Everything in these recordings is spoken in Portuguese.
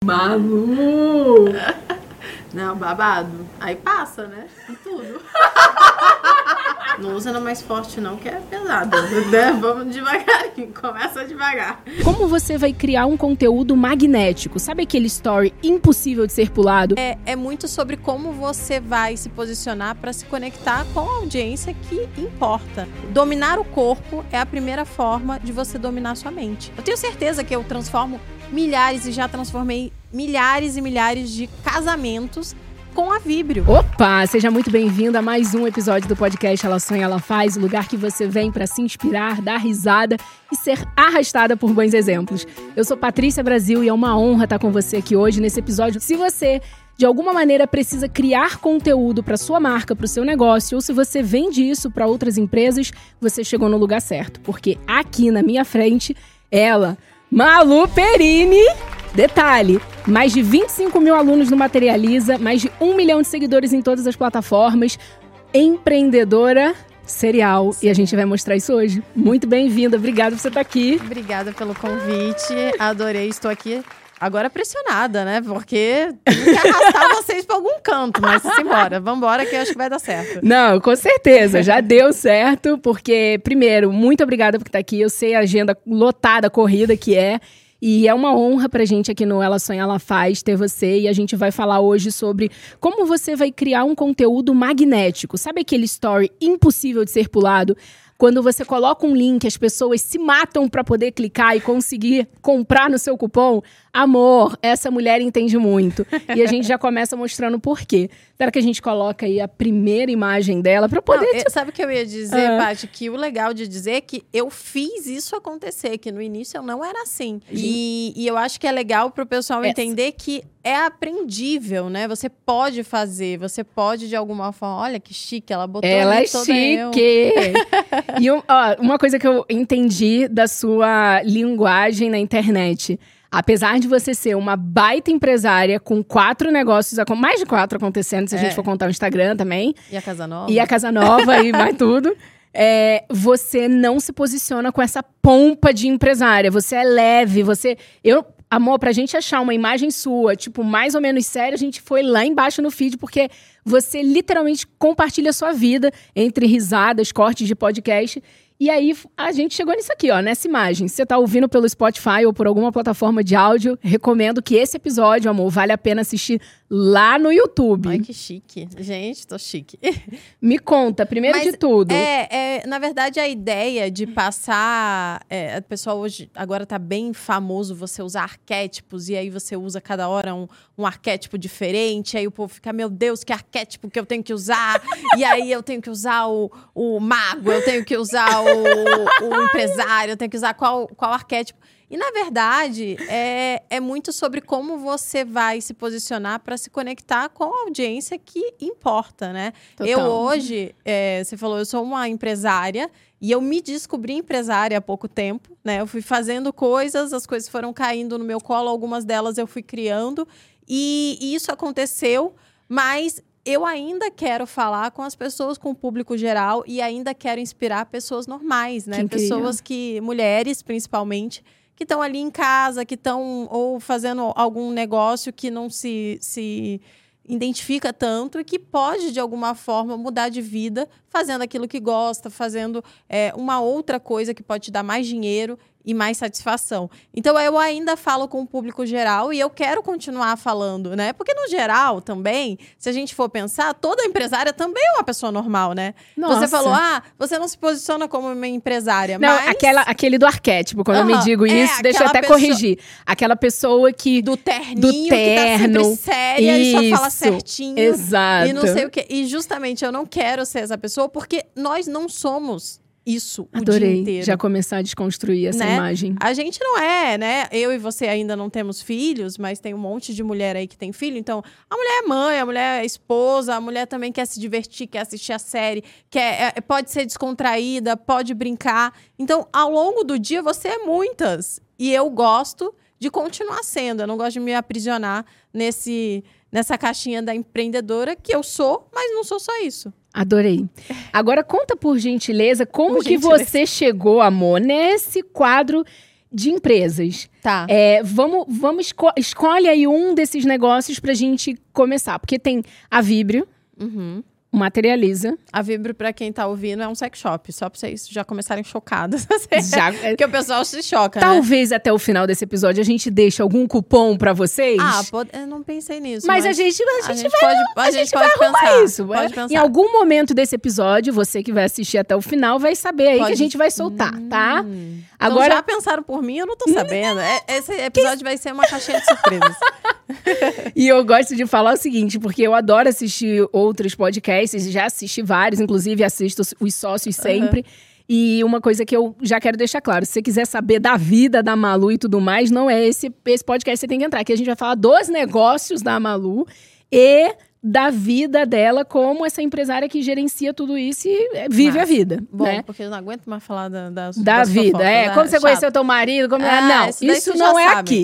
Malu! Não, babado. Aí passa, né? E tudo. Não usa na mais forte não, que é pesado, né? Vamos devagarinho, começa devagar. Como você vai criar um conteúdo magnético? Sabe aquele story impossível de ser pulado? É muito sobre como você vai se posicionar para se conectar com a audiência que importa. Dominar o corpo é a primeira forma de você dominar sua mente. Eu tenho certeza que eu transformo milhares e já transformei milhares e milhares de casamentos com a Vibrio. Opa! Seja muito bem-vindo a mais um episódio do podcast Ela Sonha, Ela Faz, o lugar que você vem para se inspirar, dar risada e ser arrastada por bons exemplos. Eu sou Patrícia Brasil e é uma honra estar com você aqui hoje nesse episódio. Se você, de alguma maneira, precisa criar conteúdo para sua marca, para o seu negócio, ou se você vende isso para outras empresas, você chegou no lugar certo. Porque aqui na minha frente, ela, Malu Perini. Detalhe, mais de 25 mil alunos no Materializa, mais de 1 milhão de seguidores em todas as plataformas, empreendedora serial. E a gente vai mostrar isso hoje. Muito bem-vinda, obrigada por você estar aqui. Obrigada pelo convite, adorei, estou aqui agora pressionada, né? Porque tenho que arrastar vocês para algum canto, mas simbora, vambora que eu acho que vai dar certo. Não, com certeza, já deu certo, porque, primeiro, muito obrigada por estar aqui, eu sei a agenda lotada, corrida que é, e é uma honra pra gente aqui no Ela Sonha, Ela Faz ter você. E a gente vai falar hoje sobre como você vai criar um conteúdo magnético. Sabe aquele story impossível de ser pulado? Quando você coloca um link, as pessoas se matam pra poder clicar e conseguir comprar no seu cupom. Amor, essa mulher entende muito. E a gente já começa mostrando por quê. Será que a gente coloca aí a primeira imagem dela pra poder... Sabe o que eu ia dizer, Paty? Que o legal de dizer é que eu fiz isso acontecer, que no início eu não era assim. E eu acho que é legal pro pessoal entender que é aprendível, né? Você pode fazer, você pode de alguma forma... Olha que chique, ela botou ela ali é toda chique! E uma coisa que eu entendi da sua linguagem na internet... Apesar de você ser uma baita empresária com 4 negócios, mais de 4 acontecendo, se a gente for contar o Instagram também. E a Casa Nova. E a Casa Nova e mais tudo. Você não se posiciona com essa pompa de empresária. Você é leve, Amor, pra gente achar uma imagem sua, tipo, mais ou menos séria, a gente foi lá embaixo no feed, porque você literalmente compartilha a sua vida entre risadas, cortes de podcast. E aí, a gente chegou nisso aqui, ó, nessa imagem. Se você tá ouvindo pelo Spotify ou por alguma plataforma de áudio, recomendo que esse episódio, amor, vale a pena assistir lá no YouTube. Ai, que chique. Gente, tô chique. Me conta, primeiro de tudo. Na verdade, a ideia de passar... o pessoal hoje, agora tá bem famoso você usar arquétipos, e aí você usa cada hora um arquétipo diferente, aí o povo fica, meu Deus, que arquétipo que eu tenho que usar? E aí eu tenho que usar o mago, eu tenho que usar o empresário, eu tenho que usar qual arquétipo. E, na verdade, é muito sobre como você vai se posicionar para se conectar com a audiência que importa, né? Total. Eu hoje, você falou, eu sou uma empresária e eu me descobri empresária há pouco tempo, né? Eu fui fazendo coisas, as coisas foram caindo no meu colo, algumas delas eu fui criando e isso aconteceu, mas... eu ainda quero falar com as pessoas, com o público geral, e ainda quero inspirar pessoas normais, né? Pessoas mulheres, principalmente, que estão ali em casa, que estão ou fazendo algum negócio que não se identifica tanto e que pode, de alguma forma, mudar de vida fazendo aquilo que gosta, fazendo uma outra coisa que pode te dar mais dinheiro e mais satisfação. Então, eu ainda falo com o público geral e eu quero continuar falando, né? Porque, no geral, também, se a gente for pensar, toda empresária também é uma pessoa normal, né? Nossa. Você falou, você não se posiciona como uma empresária, não, mas... aquele do arquétipo, quando eu me digo isso, deixa eu até corrigir. Aquela pessoa que... Do terninho, que tá sempre séria e só fala certinho. Exato. E não sei o quê. E, justamente, eu não quero ser essa pessoa porque nós não somos... isso Adorei. O dia inteiro. Já começar a desconstruir essa imagem. A gente não né? Eu e você ainda não temos filhos, mas tem um monte de mulher aí que tem filho. Então, a mulher é mãe, a mulher é esposa, a mulher também quer se divertir, quer assistir a série, pode ser descontraída, pode brincar. Então, ao longo do dia, você é muitas. E eu gosto de continuar sendo. Eu não gosto de me aprisionar nessa caixinha da empreendedora que eu sou, mas não sou só isso. Adorei. Agora, conta por gentileza como que você chegou, amor, nesse quadro de empresas. Tá. Escolhe aí um desses negócios pra gente começar. Porque tem a Vibrio, o Materializa. A Vibrio, pra quem tá ouvindo, é um sex shop. Só pra vocês já começarem chocadas. Porque o pessoal se choca, Talvez até o final desse episódio a gente deixe algum cupom pra vocês. Eu não pensei nisso. Mas a gente vai arrumar pensar isso. Pode pensar. Em algum momento desse episódio, você que vai assistir até o final vai saber aí que a gente vai soltar, tá? Agora então já pensaram por mim, eu não tô sabendo. Esse episódio vai ser uma caixinha de surpresas. E eu gosto de falar o seguinte, porque eu adoro assistir outros podcasts, já assisti vários, inclusive assisto os sócios sempre. E uma coisa que eu já quero deixar claro, se você quiser saber da vida da Malu e tudo mais, não é esse podcast que você tem que entrar. Aqui a gente vai falar dos negócios da Malu e da vida dela como essa empresária que gerencia tudo isso e vive a vida. Bom, né? porque eu não aguento mais falar das vida. Fofocas, como você conheceu teu marido. Não, isso não é aqui.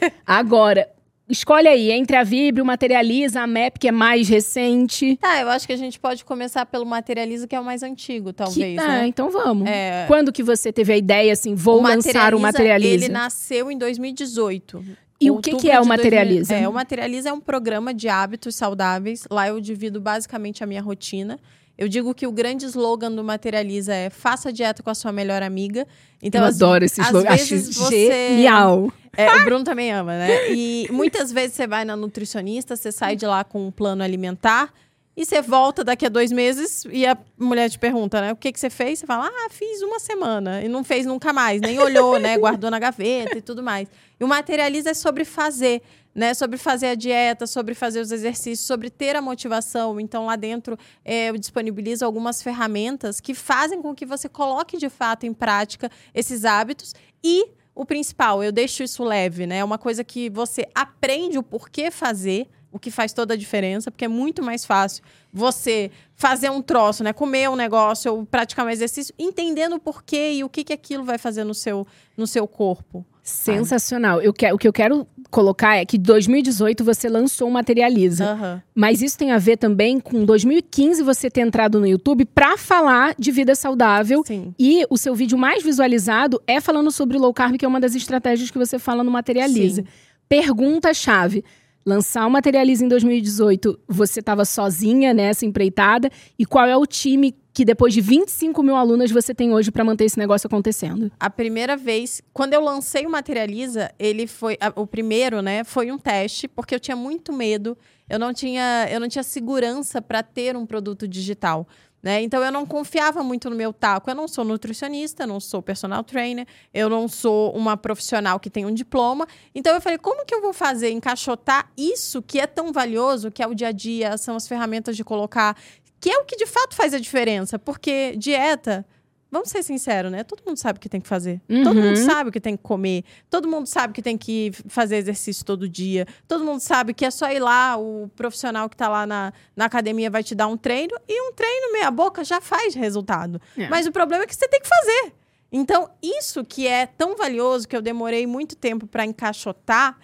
Agora, escolhe aí, entre a Vibrio, o Materializa, a MAP, que é mais recente. Tá, eu acho que a gente pode começar pelo Materializa, que é o mais antigo, talvez, né? Então vamos. Quando que você teve a ideia, assim, vou lançar o Materializa? Ele nasceu em 2018. E o que é o Materializa? O Materializa é um programa de hábitos saudáveis. Lá eu divido basicamente a minha rotina. Eu digo que o grande slogan do Materializa é faça dieta com a sua melhor amiga. Então, eu adoro esse slogan, acho genial. O Bruno também ama, né? E muitas vezes você vai na nutricionista, você sai de lá com um plano alimentar e você volta daqui a 2 meses e a mulher te pergunta, né? O que você fez? Você fala, fiz 1 semana. E não fez nunca mais, nem olhou, né? Guardou na gaveta e tudo mais. E o Materializa é sobre fazer, né? Sobre fazer a dieta, sobre fazer os exercícios, sobre ter a motivação. Então, lá dentro, eu disponibilizo algumas ferramentas que fazem com que você coloque, de fato, em prática esses hábitos. E o principal, eu deixo isso leve, né? É uma coisa que você aprende o porquê fazer, o que faz toda a diferença, porque é muito mais fácil você fazer um troço, né? Comer um negócio ou praticar um exercício, entendendo o porquê e o que aquilo vai fazer no seu corpo. Sensacional. O que eu quero colocar é que em 2018 você lançou o Materializa. Mas isso tem a ver também com 2015 você ter entrado no YouTube pra falar de vida saudável. Sim. E o seu vídeo mais visualizado é falando sobre o low carb, que é uma das estratégias que você fala no Materializa. Sim. Pergunta-chave. Lançar o Materializa em 2018, você estava sozinha nessa empreitada. E qual é o time que depois de 25 mil alunas você tem hoje para manter esse negócio acontecendo? A primeira vez, quando eu lancei o Materializa, ele foi o primeiro, né? Foi um teste, porque eu tinha muito medo. Eu não tinha segurança para ter um produto digital. Né? Então, eu não confiava muito no meu taco. Eu não sou nutricionista, não sou personal trainer, eu não sou uma profissional que tem um diploma. Então, eu falei, como que eu vou fazer, encaixotar isso que é tão valioso, que é o dia a dia, são as ferramentas de colocar, que é o que de fato faz a diferença. Porque dieta, vamos ser sinceros, né? Todo mundo sabe o que tem que fazer. Todo mundo sabe o que tem que comer. Todo mundo sabe que tem que fazer exercício todo dia. Todo mundo sabe que é só ir lá, o profissional que tá lá na academia vai te dar um treino. E um treino meia boca já faz resultado. Mas o problema é que você tem que fazer. Então, isso que é tão valioso, que eu demorei muito tempo para encaixotar,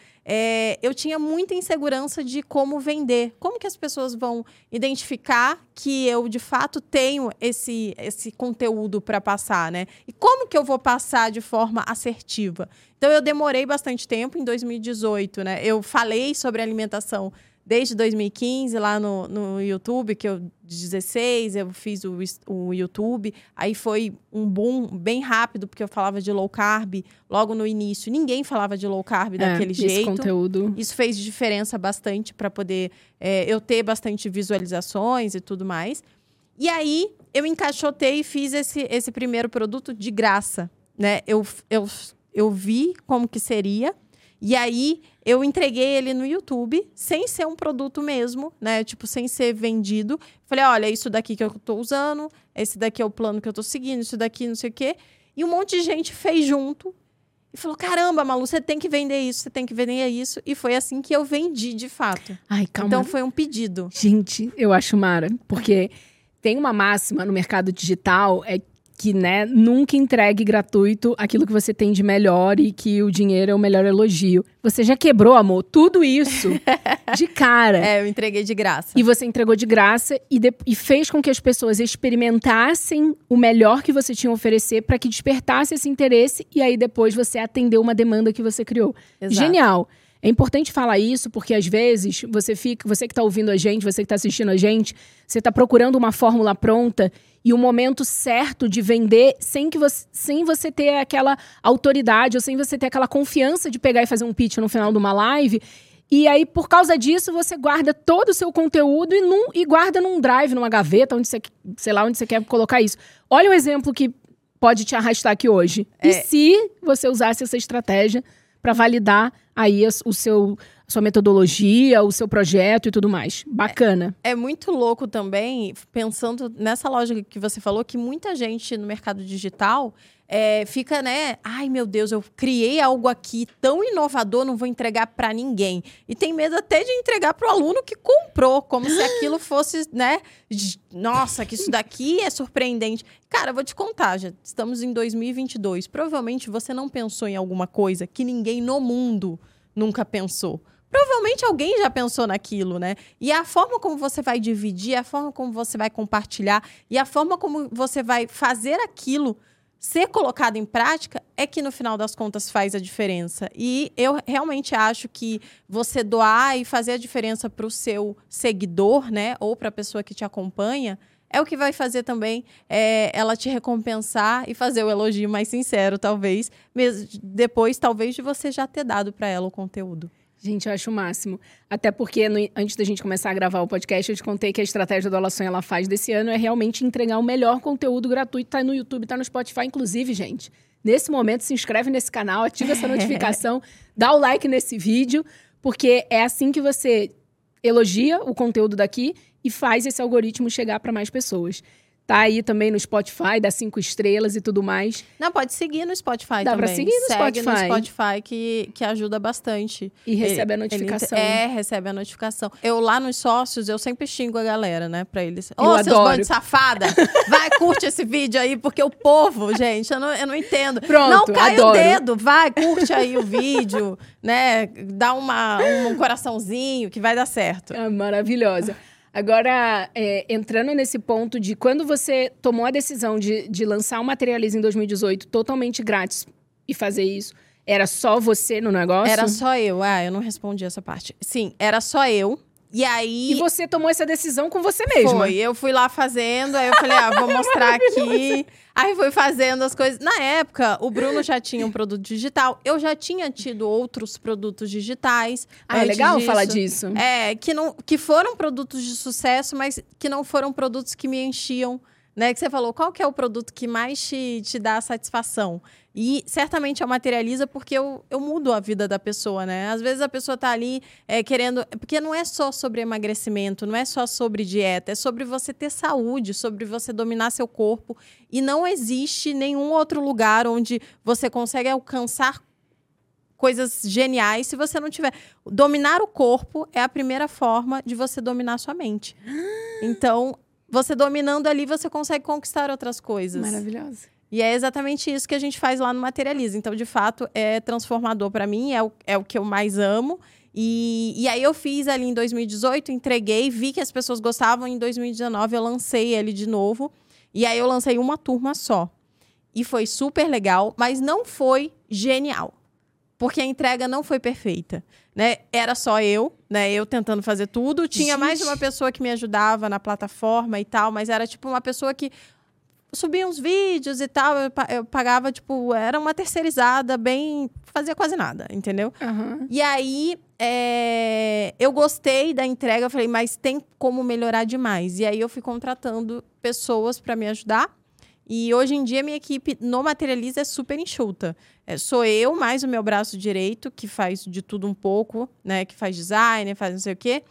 eu tinha muita insegurança de como vender. Como que as pessoas vão identificar que eu, de fato, tenho esse conteúdo para passar, né? E como que eu vou passar de forma assertiva? Então, eu demorei bastante tempo. Em 2018, né? Eu falei sobre alimentação desde 2015, lá no YouTube, que eu, 16, eu fiz o YouTube. Aí foi um boom bem rápido, porque eu falava de low carb logo no início. Ninguém falava de low carb daquele jeito. Esse conteúdo. Isso fez diferença bastante para poder eu ter bastante visualizações e tudo mais. E aí, eu encaixotei e fiz esse primeiro produto de graça, né? Eu vi como que seria. E aí, eu entreguei ele no YouTube, sem ser um produto mesmo, né? Tipo, sem ser vendido. Falei, olha, isso daqui que eu tô usando, esse daqui é o plano que eu tô seguindo, isso daqui não sei o quê. E um monte de gente fez junto e falou, caramba, Malu, você tem que vender isso, você tem que vender isso. E foi assim que eu vendi, de fato. Ai, calma. Então, foi um pedido. Gente, eu acho mara, porque tem uma máxima no mercado digital, que, né, nunca entregue gratuito aquilo que você tem de melhor e que o dinheiro é o melhor elogio. Você já quebrou, amor, tudo isso de cara. Eu entreguei de graça. E você entregou de graça e fez com que as pessoas experimentassem o melhor que você tinha a oferecer para que despertasse esse interesse e aí depois você atendeu uma demanda que você criou. Exato. Genial. É importante falar isso porque, às vezes, você que está ouvindo a gente, você que está assistindo a gente, você está procurando uma fórmula pronta e o momento certo de vender sem você ter aquela autoridade ou sem você ter aquela confiança de pegar e fazer um pitch no final de uma live. E aí, por causa disso, você guarda todo o seu conteúdo e guarda num drive, numa gaveta, onde você quer colocar isso. Olha o exemplo que pode te arrastar aqui hoje. E se você usasse essa estratégia para validar aí a sua metodologia, o seu projeto e tudo mais. Bacana. É muito louco também, pensando nessa lógica que você falou, que muita gente no mercado digital fica, né? Ai, meu Deus, eu criei algo aqui tão inovador, não vou entregar para ninguém. E tem medo até de entregar para o aluno que comprou, como se aquilo fosse, né? Nossa, que isso daqui é surpreendente. Cara, eu vou te contar, já estamos em 2022. Provavelmente você não pensou em alguma coisa que ninguém no mundo nunca pensou. Provavelmente alguém já pensou naquilo, né? E a forma como você vai dividir, a forma como você vai compartilhar e a forma como você vai fazer aquilo ser colocado em prática é que, no final das contas, faz a diferença. E eu realmente acho que você doar e fazer a diferença para o seu seguidor, né? Ou para a pessoa que te acompanha, é o que vai fazer também ela te recompensar e fazer o elogio mais sincero, talvez. Mesmo depois, talvez, de você já ter dado para ela o conteúdo. Gente, eu acho o máximo. Até porque, antes da gente começar a gravar o podcast, eu te contei que a estratégia do Ela Sonha, Ela Faz desse ano é realmente entregar o melhor conteúdo gratuito. Tá no YouTube, tá no Spotify, inclusive, gente. Nesse momento, se inscreve nesse canal, ativa essa notificação, dá o like nesse vídeo, porque é assim que você elogia o conteúdo daqui e faz esse algoritmo chegar para mais pessoas. Tá aí também no Spotify, dá 5 estrelas e tudo mais. Não, pode seguir no Spotify dá também. Dá pra seguir no Spotify. Segue no Spotify que ajuda bastante. E recebe a notificação. Recebe a notificação. Eu lá nos sócios, eu sempre xingo a galera, né? Pra eles. Ô, seus bandos de safada! Vai, curte esse vídeo aí, porque o povo, gente, eu não entendo. Pronto, não cai adoro. o dedo, vai, curte aí o vídeo, né? Dá um coraçãozinho que vai dar certo. Maravilhosa. Agora, entrando nesse ponto de quando você tomou a decisão de lançar o Materializa em 2018 totalmente grátis e fazer isso, era só você no negócio? Era só eu. Eu não respondi essa parte. Sim, era só eu. E aí... E você tomou essa decisão com você mesma? Foi. Eu fui lá fazendo, aí eu falei, vou mostrar aqui. Aí fui fazendo as coisas. Na época, o Bruno já tinha um produto digital. Eu já tinha tido outros produtos digitais. É legal falar disso. Que foram produtos de sucesso, mas que não foram produtos que me enchiam, né? Que você falou, qual que é o produto que mais te dá satisfação? E certamente é o Materializa, porque eu mudo a vida da pessoa, né? Às vezes a pessoa tá ali querendo... Porque não é só sobre emagrecimento, não é só sobre dieta, é sobre você ter saúde, sobre você dominar seu corpo. E não existe nenhum outro lugar onde você consegue alcançar coisas geniais se você não tiver... Dominar o corpo é a primeira forma de você dominar sua mente. Então, você dominando ali, você consegue conquistar outras coisas. Maravilhosa. E é exatamente isso que a gente faz lá no Materializa. Então, de fato, é transformador para mim, é o que eu mais amo. E aí eu fiz ali em 2018, entreguei, vi que as pessoas gostavam. Em 2019 eu lancei ele de novo. E aí eu lancei uma turma só. E foi super legal, mas não foi genial. Porque a entrega não foi perfeita, né? Era só eu, né? Eu tentando fazer tudo. Tinha mais uma pessoa que me ajudava na plataforma e tal, mas era tipo uma pessoa que subia uns vídeos e tal, eu pagava, tipo, era uma terceirizada fazia quase nada, entendeu? Uhum. E aí, eu gostei da entrega, eu falei, mas tem como melhorar demais. E aí eu fui contratando pessoas para me ajudar. E hoje em dia, minha equipe no Materializa é super enxuta. Sou eu, mais o meu braço direito, que faz de tudo um pouco, né? Que faz design, faz não sei o quê.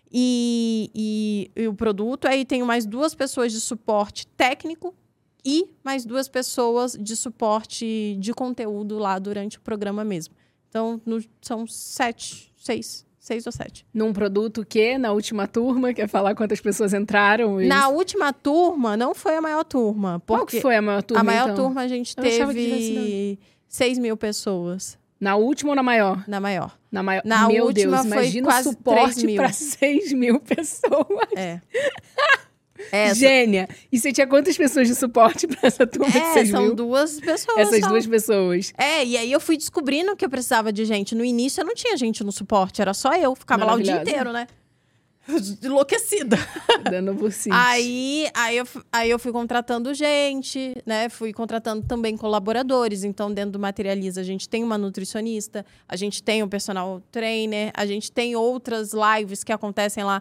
E o produto. Aí tenho mais 2 pessoas de suporte técnico e mais 2 pessoas de suporte de conteúdo lá durante o programa mesmo. Então, são 7 6 ou 7. Num produto que, na última turma, quer falar quantas pessoas entraram? Na última turma, não foi a maior turma. Qual que foi a maior turma, A maior então? turma a gente teve 6 mil pessoas. Na última ou na maior? Na maior. Na maior. Na Meu última Deus, foi imagina o quase suporte 3 mil. para 6 mil pessoas. Gênia! E você tinha quantas pessoas de suporte para essa turma de 6 mil? São 2 pessoas. Essas 2 pessoas. E aí eu fui descobrindo que eu precisava de gente. No início eu não tinha gente no suporte, era só eu. Ficava lá o dia inteiro, né? Enlouquecida. Dando bucite. Aí eu fui contratando gente, né? Fui contratando também colaboradores. Então, dentro do Materializa, a gente tem uma nutricionista, a gente tem um personal trainer, a gente tem outras lives que acontecem lá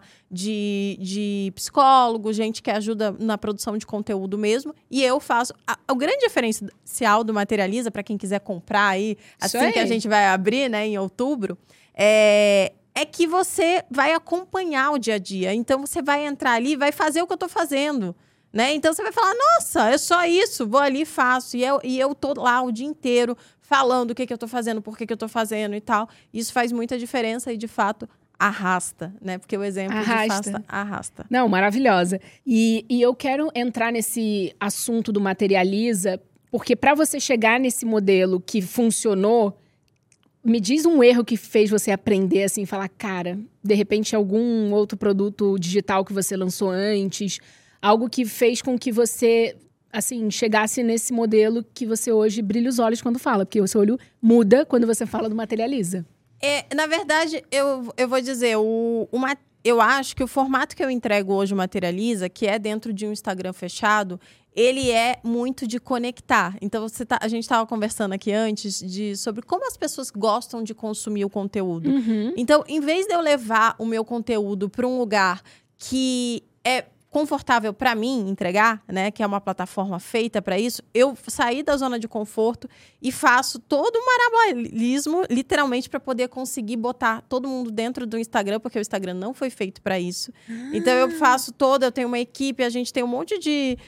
de psicólogo, gente que ajuda na produção de conteúdo mesmo. E eu faço... O grande diferencial do Materializa, para quem quiser comprar aí, assim que a gente vai abrir, né, em outubro, é que você vai acompanhar o dia a dia. Então, você vai entrar ali e vai fazer o que eu tô fazendo, né? Então, você vai falar, nossa, é só isso, vou ali e faço. E eu tô lá o dia inteiro falando o que eu tô fazendo, por que eu tô fazendo e tal. Isso faz muita diferença e, de fato, arrasta, né? Porque o exemplo arrasta. Não, maravilhosa. E eu quero entrar nesse assunto do Materializa, porque para você chegar nesse modelo que funcionou, me diz um erro que fez você aprender, assim, falar, cara, de repente algum outro produto digital que você lançou antes, algo que fez com que você, assim, chegasse nesse modelo que você hoje brilha os olhos quando fala, porque o seu olho muda quando você fala do Materializa. Na verdade, eu vou dizer, eu acho que o formato que eu entrego hoje, o Materializa, que é dentro de um Instagram fechado, ele é muito de conectar. Então, a gente estava conversando aqui antes sobre como as pessoas gostam de consumir o conteúdo. Uhum. Então, em vez de eu levar o meu conteúdo para um lugar que é confortável para mim entregar, né, que é uma plataforma feita para isso, eu saí da zona de conforto e faço todo um maravilhismo, literalmente, para poder conseguir botar todo mundo dentro do Instagram, porque o Instagram não foi feito para isso. Então, eu faço eu tenho uma equipe, a gente tem um monte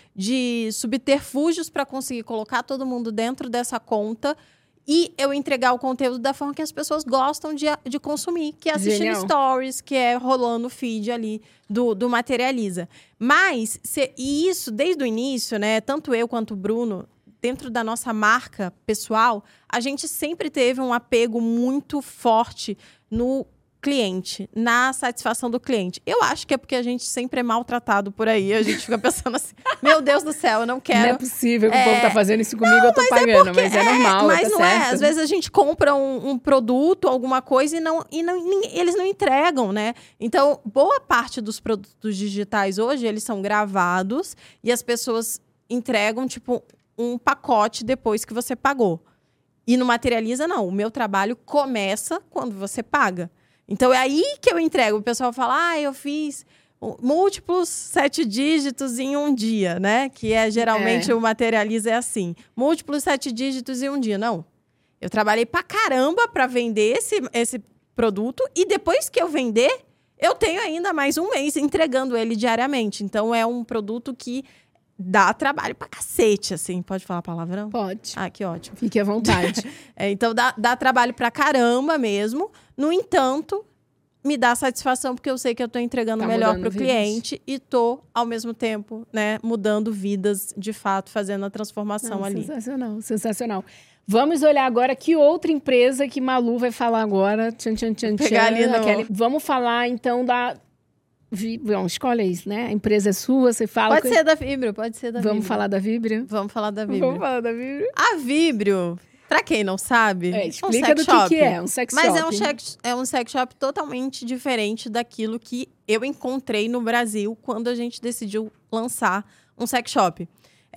de subterfúgios para conseguir colocar todo mundo dentro dessa conta e eu entregar o conteúdo da forma que as pessoas gostam de consumir, que é assistindo stories, que é rolando o feed ali do Materializa. Mas, e isso desde o início, né? Tanto eu quanto o Bruno, dentro da nossa marca pessoal, a gente sempre teve um apego muito forte no cliente, na satisfação do cliente. Eu acho que é porque a gente sempre é maltratado por aí. A gente fica pensando assim, meu Deus do céu, eu não quero... Não é possível que o povo tá fazendo isso comigo, eu tô pagando. Mas é normal, mas tá não certo. Às vezes a gente compra um produto, alguma coisa, e eles não entregam, né? Então, boa parte dos produtos digitais hoje, eles são gravados e as pessoas entregam, tipo, um pacote depois que você pagou. E no Materializa, não. O meu trabalho começa quando você paga. Então, é aí que eu entrego. O pessoal fala, eu fiz múltiplos 7 dígitos em um dia, né? Que geralmente o Materializa é assim. Múltiplos 7 dígitos em um dia. Não. Eu trabalhei pra caramba pra vender esse produto. E depois que eu vender, eu tenho ainda mais um mês entregando ele diariamente. Então, é um produto que dá trabalho pra cacete, assim. Pode falar palavrão? Pode. Ah, que ótimo. Fique à vontade. Então, dá trabalho pra caramba mesmo. No entanto, me dá satisfação porque eu sei que eu tô entregando o melhor pro cliente e tô, ao mesmo tempo, né, mudando vidas, de fato, fazendo a transformação ali. Sensacional, sensacional. Vamos olhar agora que outra empresa que Malu vai falar agora. Pegar ali Vamos falar, então, da... Bom, escolhe isso, né? A empresa é sua, você fala... Pode ser da Vibrio, pode ser da Vibrio. Vamos falar da Vibrio? Vamos falar da Vibrio. Vamos falar da Vibrio. A Vibrio, pra quem não sabe... explica do que é um sex shop. Mas é um sex shop totalmente diferente daquilo que eu encontrei no Brasil quando a gente decidiu lançar um sex shop.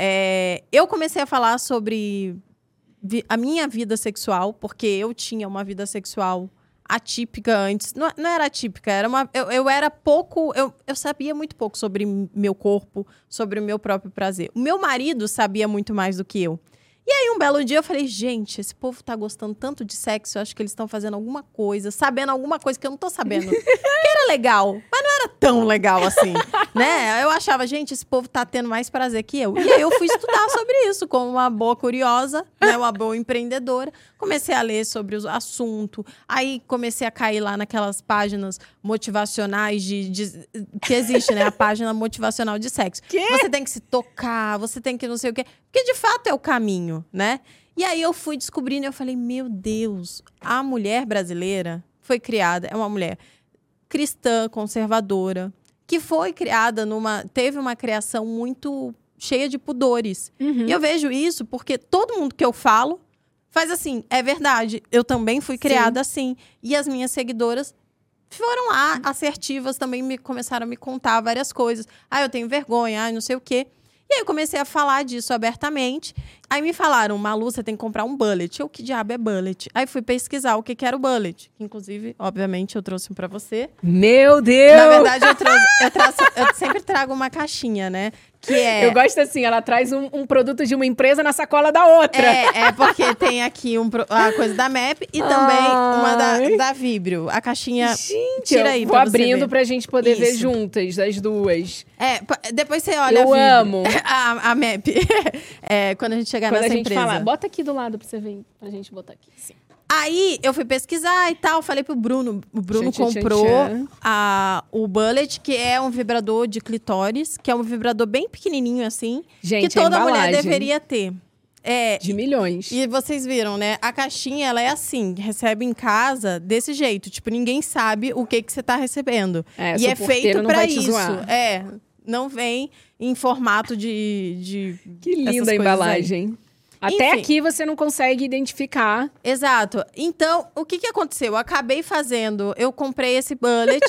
Eu comecei a falar sobre a minha vida sexual, porque eu tinha uma vida sexual atípica antes. Não era atípica, eu era pouco... Eu sabia muito pouco sobre meu corpo, sobre o meu próprio prazer. O meu marido sabia muito mais do que eu. E aí, um belo dia, eu falei, gente, esse povo tá gostando tanto de sexo, eu acho que eles estão fazendo alguma coisa, sabendo alguma coisa que eu não tô sabendo. Que era legal, mas não era tão legal assim, né? Eu achava, gente, esse povo tá tendo mais prazer que eu. E aí eu fui estudar sobre isso, como uma boa curiosa, né? Uma boa empreendedora. Comecei a ler sobre o assunto. Aí comecei a cair lá naquelas páginas motivacionais que existe, né? A página motivacional de sexo. Você tem que se tocar, você tem que não sei o quê. Porque de fato é o caminho, né? E aí eu fui descobrindo e eu falei, meu Deus, a mulher brasileira foi criada, é uma mulher cristã, conservadora, que foi criada teve uma criação muito cheia de pudores. E eu vejo isso porque todo mundo que eu falo faz assim, é verdade, eu também fui criada assim. E as minhas seguidoras foram lá, assertivas, também começaram a me contar várias coisas. Eu tenho vergonha, não sei o quê. E aí eu comecei a falar disso abertamente. Aí me falaram, Malu, você tem que comprar um bullet. Eu, que diabo é bullet? Aí fui pesquisar o que era o bullet. Inclusive, obviamente, eu trouxe um pra você. Meu Deus! Na verdade, eu sempre trago uma caixinha, né? Que é... Eu gosto assim, ela traz um produto de uma empresa na sacola da outra. É porque tem aqui a coisa da MAP e também uma da Vibrio. A caixinha... Gente, tira aí vou pra você abrindo ver. pra gente poder ver Isso. juntas, as duas. Depois você olha Eu a amo. Vibrio. A MAP. Quando a gente chegar Quando nessa a gente empresa. falar, bota aqui do lado pra você ver, pra gente botar aqui. Sim. Aí, eu fui pesquisar e tal, falei pro Bruno. O Bruno Tchan, tchan, comprou tchan. o Bullet, que é um vibrador de clitóris, que é um vibrador bem pequenininho, assim. Gente, que toda a mulher embalagem deveria ter. de milhões. E vocês viram, né? A caixinha, ela é assim, recebe em casa desse jeito. Tipo, ninguém sabe o que você tá recebendo. E seu é porteiro feito não pra vai te isso. zoar. Não vem em formato de Que essas linda a coisas aí. embalagem. Até Enfim. aqui você não consegue identificar. Exato. Então, o que aconteceu? Eu acabei fazendo... Eu comprei esse bullet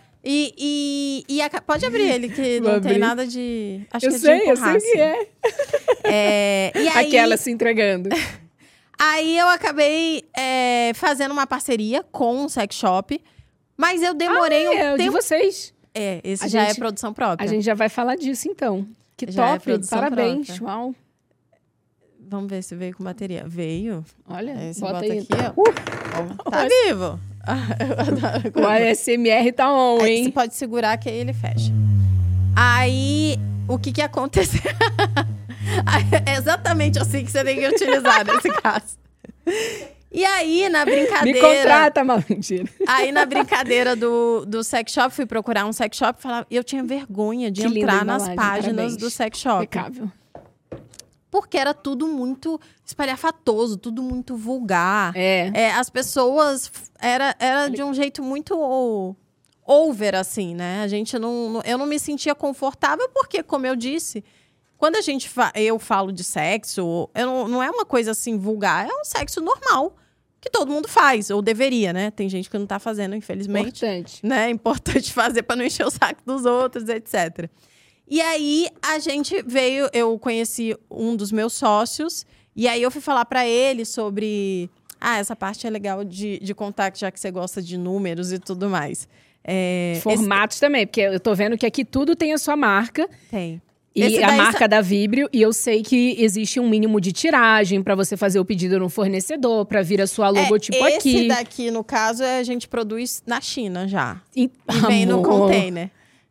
pode abrir ele, que Vou não tem abrir. nada de... Acho Eu que é sei de empurrar, o que é. assim. E aí, Aquela se entregando. aí eu acabei fazendo uma parceria com um sex shop. Mas eu demorei É um o de tempo... vocês. Esse A já é gente- produção própria. A gente já vai falar disso, então. Que Já é top. produção Parabéns. própria. Uau. Vamos ver se veio com bateria. Veio. Olha, Aí você bota bota aí. aqui, ó. Tá vivo. Eu adoro O ASMR tá on, Aí hein? você pode segurar que aí ele fecha. Aí, o que aconteceu? É exatamente assim que você tem que utilizar nesse caso. E aí, na Me brincadeira... contrata, mal mentira. Aí, na brincadeira do sex shop, fui procurar um sex shop e eu tinha vergonha de Que linda entrar nas embalagem, páginas parabéns. do sex shop. Impecável. Porque era tudo muito espalhafatoso, tudo muito vulgar. É. As pessoas... Era de um jeito muito over, assim, né? A gente eu não me sentia confortável porque, como eu disse, quando eu falo de sexo, não é uma coisa assim vulgar, é um sexo normal. Que todo mundo faz, ou deveria, né? Tem gente que não tá fazendo, infelizmente. Importante. Né? É importante fazer para não encher o saco dos outros, etc. E aí, eu conheci um dos meus sócios, e aí eu fui falar para ele sobre... essa parte é legal de contar, já que você gosta de números e tudo mais. Formatos também, porque eu tô vendo que aqui tudo tem a sua marca. Tem. E Esse a daí marca da Vibrio, e eu sei que existe um mínimo de tiragem pra você fazer o pedido no fornecedor, pra vir a sua logotipo aqui. Esse daqui, no caso, a gente produz na China já. E Vem no container.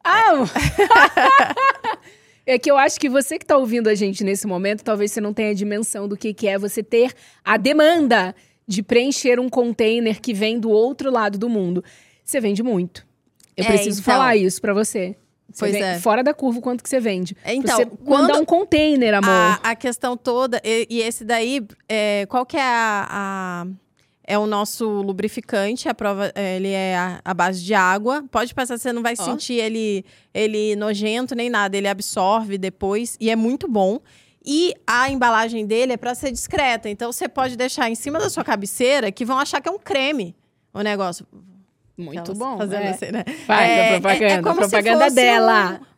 É que eu acho que você que tá ouvindo a gente nesse momento, talvez você não tenha dimensão do que é você ter a demanda de preencher um container que vem do outro lado do mundo. Você vende muito. Eu preciso então, falar isso pra você. Pois é. Fora da curva, o quanto que você vende. Então, você mandar um container, amor. A questão toda... E esse daí, qual que é é o nosso lubrificante, a prova, ele é a base de água. Pode passar, você não vai sentir ele nojento nem nada. Ele absorve depois e é muito bom. E a embalagem dele é para ser discreta. Então, você pode deixar em cima da sua cabeceira que vão achar que é um creme o negócio. Muito Elas bom. Fazendo assim, né? Faz a propaganda. como a propaganda se fosse dela.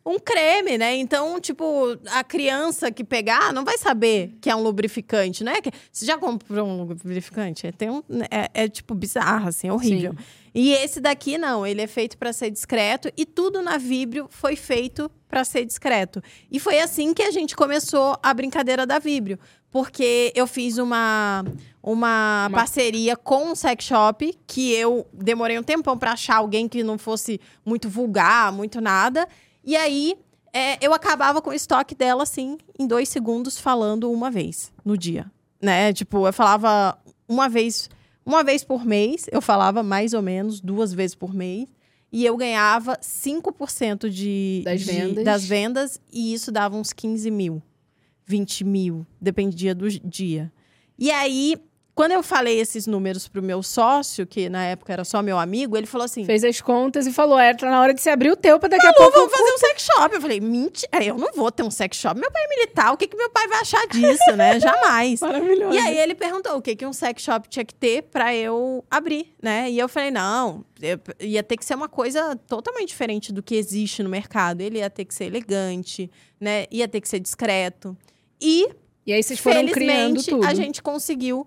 um creme, né? Então, tipo, a criança que pegar não vai saber que é um lubrificante, né? Você já comprou um lubrificante? É tipo bizarro, assim, é horrível. Sim. E esse daqui, não. Ele é feito para ser discreto. E tudo na Vibrio foi feito para ser discreto. E foi assim que a gente começou a brincadeira da Vibrio. Porque eu fiz uma parceria com um sex shop, que eu demorei um tempão para achar alguém que não fosse muito vulgar, muito nada. E aí, eu acabava com o estoque dela, assim, em 2 segundos, falando uma vez no dia, né? Tipo, eu falava uma vez por mês, eu falava mais ou menos 2 vezes por mês. E eu ganhava 5% das vendas, e isso dava uns 15 mil, 20 mil, dependia do dia. E aí, quando eu falei esses números pro meu sócio, que na época era só meu amigo, ele falou assim... Fez as contas e falou, tá na hora de você abrir o teu pra daqui a pouco... vamos fazer um sex shop. Eu falei, mentira, eu não vou ter um sex shop. Meu pai é militar, o que meu pai vai achar disso, né? Jamais. Maravilhoso. E aí ele perguntou o que um sex shop tinha que ter pra eu abrir, né? E eu falei, não, ia ter que ser uma coisa totalmente diferente do que existe no mercado. Ele ia ter que ser elegante, né? Ia ter que ser discreto. E aí vocês foram criando tudo. A gente conseguiu...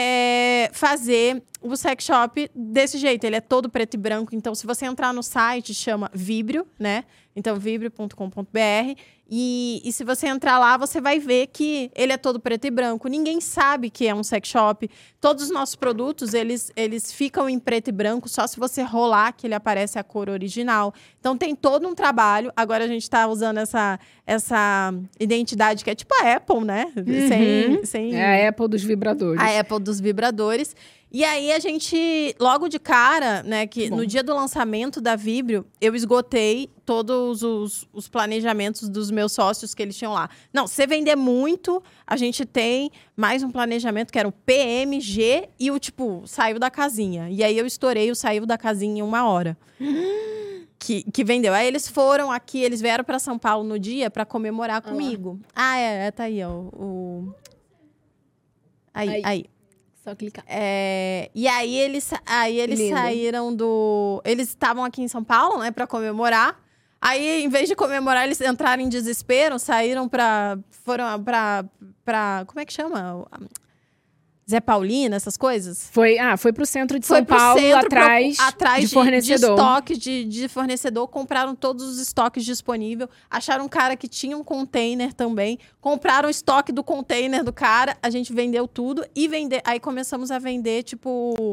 fazer o sex shop desse jeito. Ele é todo preto e branco. Então, se você entrar no site, chama Vibrio, né? Então, vibrio.com.br. E se você entrar lá, você vai ver que ele é todo preto e branco. Ninguém sabe que é um sex shop. Todos os nossos produtos, eles ficam em preto e branco. Só se você rolar que ele aparece a cor original. Então, tem todo um trabalho. Agora, a gente está usando essa identidade que é tipo a Apple, né? Sem... É a Apple dos vibradores. A Apple dos vibradores. E aí, a gente, logo de cara, né, que no dia do lançamento da Vibrio, eu esgotei todos os planejamentos dos meus sócios que eles tinham lá. Não, se você vender muito, a gente tem mais um planejamento que era o PMG e o, tipo, saiu da casinha. E aí, eu estourei o saiu da casinha em 1 hora. Que vendeu. Aí, eles foram aqui, eles vieram para São Paulo no dia para comemorar comigo. Tá aí, ó. Aí. Só clicar. E aí eles saíram do... Eles estavam aqui em São Paulo, né, pra comemorar. Aí, em vez de comemorar, eles entraram em desespero, foram pra como é que chama? Zé Paulina, essas coisas? Foi pro centro de São Paulo, atrás de fornecedor. De estoque de fornecedor. Compraram todos os estoques disponíveis. Acharam um cara que tinha um container também. Compraram o estoque do container do cara. A gente vendeu tudo. Aí começamos a vender, tipo...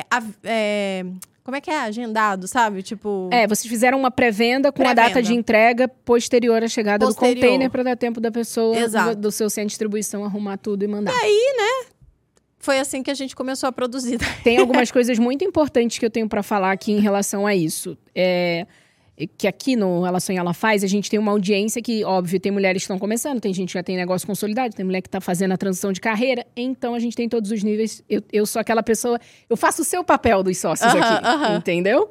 como é que é? Agendado, sabe? Tipo... vocês fizeram uma pré-venda com a data de entrega posterior à chegada do container para dar tempo da pessoa, do seu centro de distribuição, arrumar tudo e mandar. E aí, né? Foi assim que a gente começou a produzir. Tem algumas coisas muito importantes que eu tenho para falar aqui em relação a isso. Que aqui no Relação Ela Faz, a gente tem uma audiência que, óbvio, tem mulheres que estão começando, tem gente que já tem negócio consolidado, tem mulher que está fazendo a transição de carreira. Então, a gente tem todos os níveis. Eu sou aquela pessoa... Eu faço o seu papel dos sócios aqui, entendeu?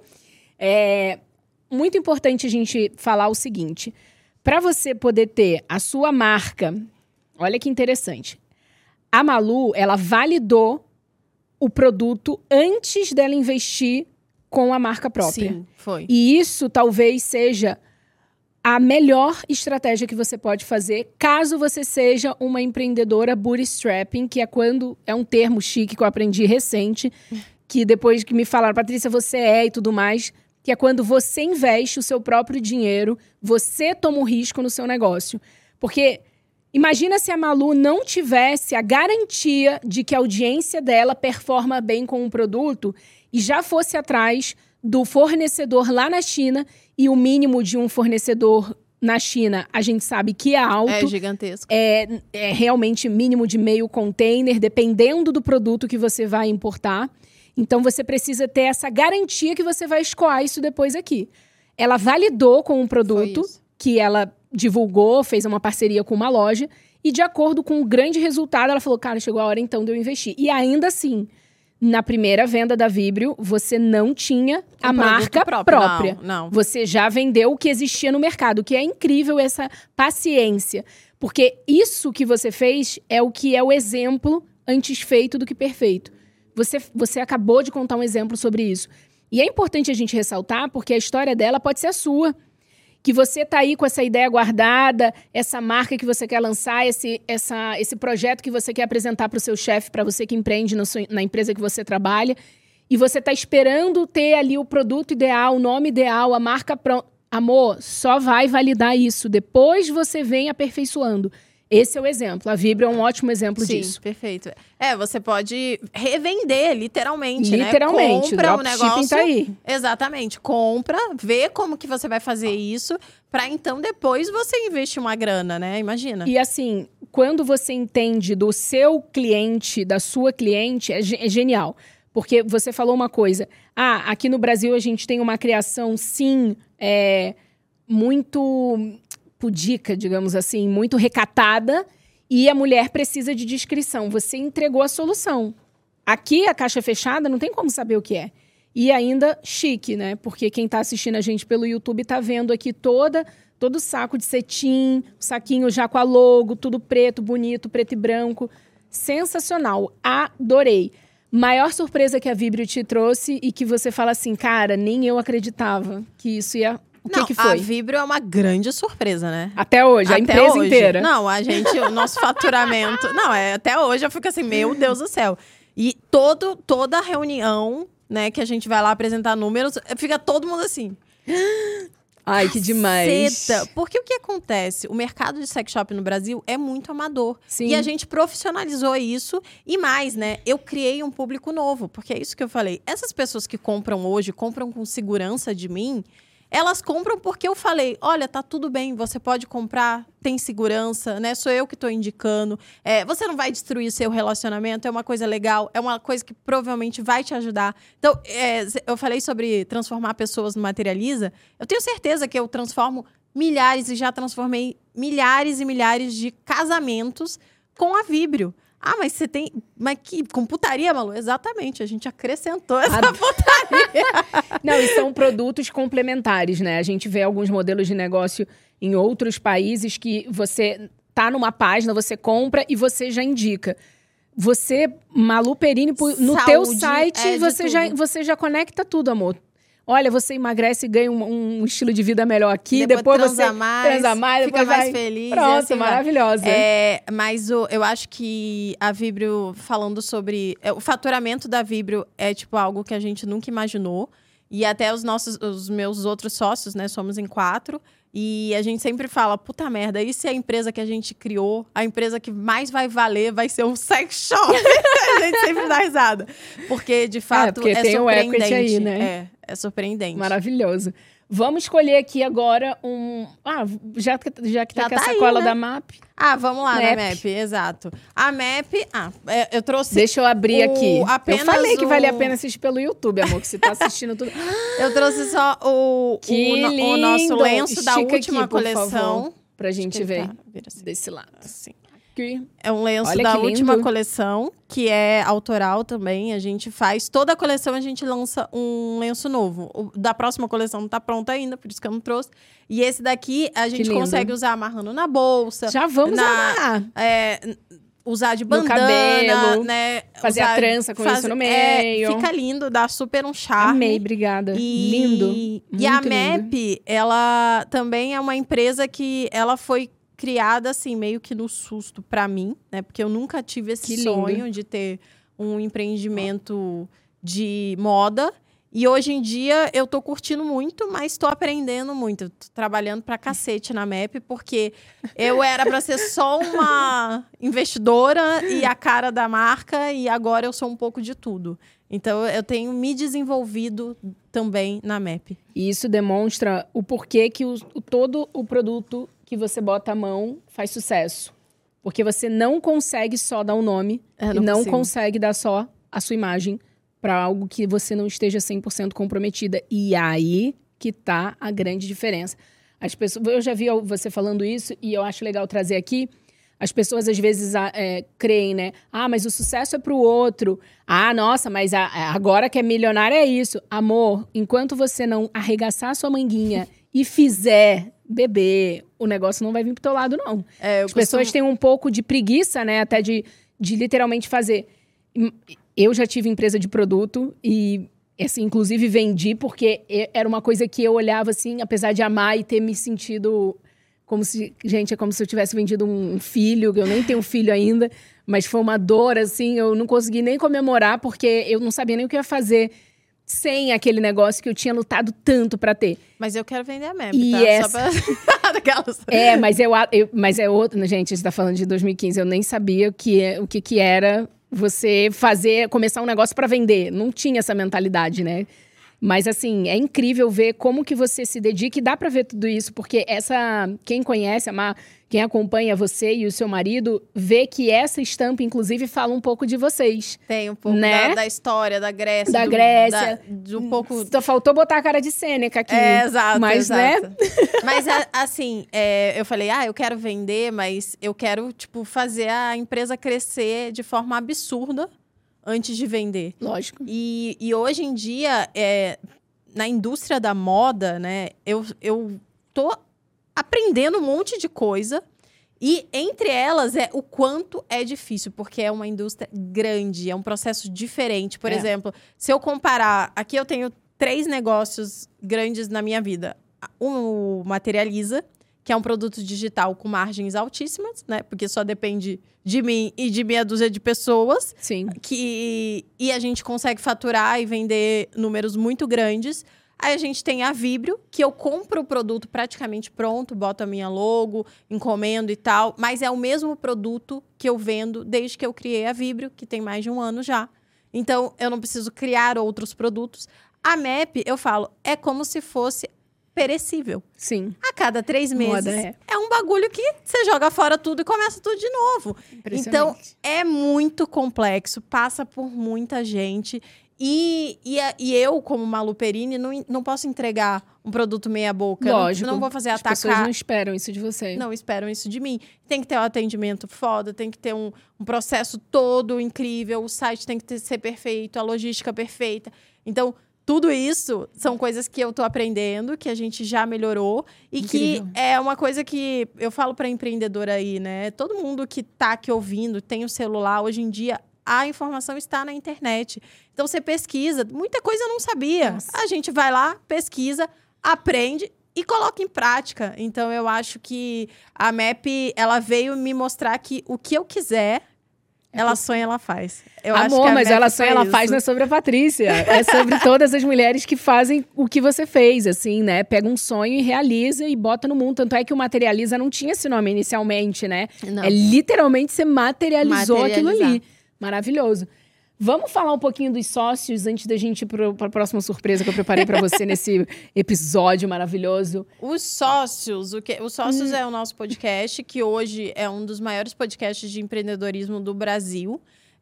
Muito importante a gente falar o seguinte. Para você poder ter a sua marca... Olha que interessante. A Malu, ela validou o produto antes dela investir com a marca própria. Sim, foi. E isso talvez seja a melhor estratégia que você pode fazer caso você seja uma empreendedora bootstrapping, que é um termo chique que eu aprendi recente, que depois que me falaram, Patrícia, você e tudo mais, que é quando você investe o seu próprio dinheiro, você toma o risco no seu negócio. Porque... Imagina se a Malu não tivesse a garantia de que a audiência dela performa bem com o produto e já fosse atrás do fornecedor lá na China, e o mínimo de um fornecedor na China, a gente sabe que é alto. É gigantesco. É realmente mínimo de meio container, dependendo do produto que você vai importar. Então, você precisa ter essa garantia que você vai escoar isso depois aqui. Ela validou com um produto que ela... divulgou, fez uma parceria com uma loja e, de acordo com o grande resultado, ela falou, cara, chegou a hora então de eu investir. E ainda assim, na primeira venda da Vibrio, você não tinha a marca própria. Não. Você já vendeu o que existia no mercado, que é incrível essa paciência. Porque isso que você fez é o que é o exemplo antes feito do que perfeito. Você acabou de contar um exemplo sobre isso. E é importante a gente ressaltar, porque a história dela pode ser a sua. que você tá aí com essa ideia guardada, essa marca que você quer lançar, esse projeto que você quer apresentar para o seu chefe, para você que empreende na empresa que você trabalha, e você tá esperando ter ali o produto ideal, o nome ideal, a marca pronta. Amor, só vai validar isso. Depois você vem aperfeiçoando. Esse é o exemplo. A Vibra é um ótimo exemplo disso. Sim, perfeito. Você pode revender, literalmente, né? Literalmente. Compra o negócio. Tá aí. Exatamente. Compra, vê como que você vai fazer isso, pra então depois você investir uma grana, né? Imagina. E assim, quando você entende do seu cliente, da sua cliente, é genial. Porque você falou uma coisa. Aqui no Brasil a gente tem uma criação, sim, muito pudica, digamos assim, muito recatada, e a mulher precisa de discrição. Você entregou a solução. Aqui, a caixa fechada, não tem como saber o que é. E ainda chique, né? Porque quem tá assistindo a gente pelo YouTube tá vendo aqui todo o saco de cetim, o saquinho já com a logo, tudo preto, bonito, preto e branco. Sensacional. Adorei. Maior surpresa que a Vibrio te trouxe e que você fala assim, cara, nem eu acreditava que isso ia... O que foi? A Vibrio é uma grande surpresa, né? Até hoje, a empresa inteira. Não, o nosso faturamento... até hoje eu fico assim, meu Deus do céu. E toda reunião, né, que a gente vai lá apresentar números, fica todo mundo assim... Ai, que demais. Porque o que acontece? O mercado de sex shop no Brasil é muito amador. Sim. E a gente profissionalizou isso. E mais, né? Eu criei um público novo. Porque é isso que eu falei. Essas pessoas que compram hoje, compram com segurança de mim... Elas compram porque eu falei, olha, tá tudo bem, você pode comprar, tem segurança, né? Sou eu que tô indicando. Você não vai destruir seu relacionamento, é uma coisa legal, é uma coisa que provavelmente vai te ajudar. Então, eu falei sobre transformar pessoas no Materializa. Eu tenho certeza que eu transformo milhares e já transformei milhares e milhares de casamentos com a Vibrio. Mas você tem... Mas que computaria, Malu? Exatamente, a gente acrescentou essa putaria. Não, e são produtos complementares, né? A gente vê alguns modelos de negócio em outros países que você tá numa página, você compra e você já indica. Você, Malu Perini, no teu site, você já conecta tudo, amor. Olha, você emagrece e ganha um estilo de vida melhor aqui. Depois você transa mais, fica mais feliz. Pronto, assim maravilhosa. Mas eu acho que a Vibrio, falando sobre... o faturamento da Vibrio é tipo algo que a gente nunca imaginou. E até os meus outros sócios, né? Somos em 4. E a gente sempre fala, puta merda, e se a empresa que a gente criou, a empresa que mais vai valer vai ser um sex shop? A gente sempre dá risada. Porque, de fato, porque tem surpreendente. O equity aí, né? É surpreendente. Maravilhoso. Vamos escolher aqui agora já que tá com a sacola aí, né? Da MAP. Vamos lá, da MAP, exato. A MAP, eu trouxe... Deixa eu abrir aqui. Eu falei que vale a pena assistir pelo YouTube, amor, que você tá assistindo tudo. Eu trouxe só o nosso lenço Estica da última aqui, coleção. Favor, pra gente ver assim. desse lado. Assim. Aqui. É um lenço da última coleção, que é autoral também. A gente faz... Toda a coleção a gente lança um lenço novo. O da próxima coleção não tá pronta ainda, por isso que eu não trouxe. E esse daqui a gente consegue usar amarrando na bolsa. Já vamos amarrar. Usar de bandana, cabelo, né? Fazer a trança com isso no meio. Fica lindo, dá super um charme. Amei, obrigada. Lindo. E a MAP, ela também é uma empresa que ela foi criada, assim, meio que no susto pra mim, né? Porque eu nunca tive esse sonho de ter um empreendimento de moda. E hoje em dia eu tô curtindo muito, mas tô aprendendo muito. Tô trabalhando pra cacete na MAP, porque eu era pra ser só uma investidora e a cara da marca, e agora eu sou um pouco de tudo. Então, eu tenho me desenvolvido também na MAP. E isso demonstra o porquê que todo o produto que você bota a mão faz sucesso. Porque você não consegue só dar um nome e não consegue dar só a sua imagem para algo que você não esteja 100% comprometida. E aí que tá a grande diferença. As pessoas, eu já vi você falando isso e eu acho legal trazer aqui. As pessoas, às vezes, creem, né? Mas o sucesso é pro outro. Nossa, mas agora que é milionário é isso. Amor, enquanto você não arregaçar a sua manguinha e fizer beber, o negócio não vai vir pro teu lado, não. As pessoas têm um pouco de preguiça, né? Até de literalmente fazer. Eu já tive empresa de produto e Assim, inclusive vendi porque era uma coisa que eu olhava assim, apesar de amar e ter me sentido como se... Gente, é como se eu tivesse vendido um filho, que eu nem tenho filho ainda, mas foi uma dor, assim, eu não consegui nem comemorar porque eu não sabia nem o que eu ia fazer sem aquele negócio que eu tinha lutado tanto pra ter. Mas eu quero vender a MEP, E tá? essa... Só pra... Daquelas... mas é outro... Gente, a gente tá falando de 2015, eu nem sabia o que era... Você começar um negócio para vender. Não tinha essa mentalidade, né? Mas, assim, é incrível ver como que você se dedica e dá para ver tudo isso, porque quem conhece, quem acompanha você e o seu marido, vê que essa estampa, inclusive, fala um pouco de vocês. Tem um pouco, né? da história, da Grécia. Da Grécia. De um pouco... Só faltou botar a cara de Sêneca aqui. Exato, mas, exato. Né? Mas, assim, eu falei, eu quero vender, mas eu quero, tipo, fazer a empresa crescer de forma absurda antes de vender. Lógico. E hoje em dia, na indústria da moda, né, eu tô aprendendo um monte de coisa. E entre elas o quanto é difícil, porque é uma indústria grande, é um processo diferente. Por exemplo, se eu comparar... Aqui eu tenho 3 negócios grandes na minha vida. O Materializa, que é um produto digital com margens altíssimas, né? Porque só depende de mim e de meia dúzia de pessoas. Sim. E a gente consegue faturar e vender números muito grandes. Aí a gente tem a Vibrio, que eu compro o produto praticamente pronto, boto a minha logo, encomendo e tal. Mas é o mesmo produto que eu vendo desde que eu criei a Vibrio, que tem mais de 1 ano já. Então, eu não preciso criar outros produtos. A MEP, eu falo, é como se fosse perecível. Sim. A cada 3 meses. Moda, é um bagulho que você joga fora tudo e começa tudo de novo. Então, é muito complexo, passa por muita gente. E eu, como Malu Perini, não posso entregar um produto meia boca. Lógico. Não vou fazer atacar. As pessoas não esperam isso de você. Não esperam isso de mim. Tem que ter um atendimento foda, tem que ter um processo todo incrível, o site tem que ser perfeito, a logística perfeita. Então, tudo isso são coisas que eu tô aprendendo, que a gente já melhorou. E incrível. Que é uma coisa que eu falo pra empreendedora aí, né? Todo mundo que tá aqui ouvindo, tem o celular, hoje em dia... A informação está na internet. Então, você pesquisa. Muita coisa eu não sabia. Nossa. A gente vai lá, pesquisa, aprende e coloca em prática. Então, eu acho que a MEP, ela veio me mostrar que o que eu quiser, ela sonha, ela faz. Eu acho que mas ela sonha, ela faz não é sobre a Patrícia. É sobre todas as mulheres que fazem o que você fez, assim, né? Pega um sonho e realiza e bota no mundo. Tanto é que o Materializa não tinha esse nome inicialmente, né? Não. É literalmente você materializou aquilo ali. Maravilhoso. Vamos falar um pouquinho dos sócios antes da gente ir para a próxima surpresa que eu preparei para você nesse episódio maravilhoso. Os Sócios. Os Sócios é o nosso podcast, que hoje é um dos maiores podcasts de empreendedorismo do Brasil.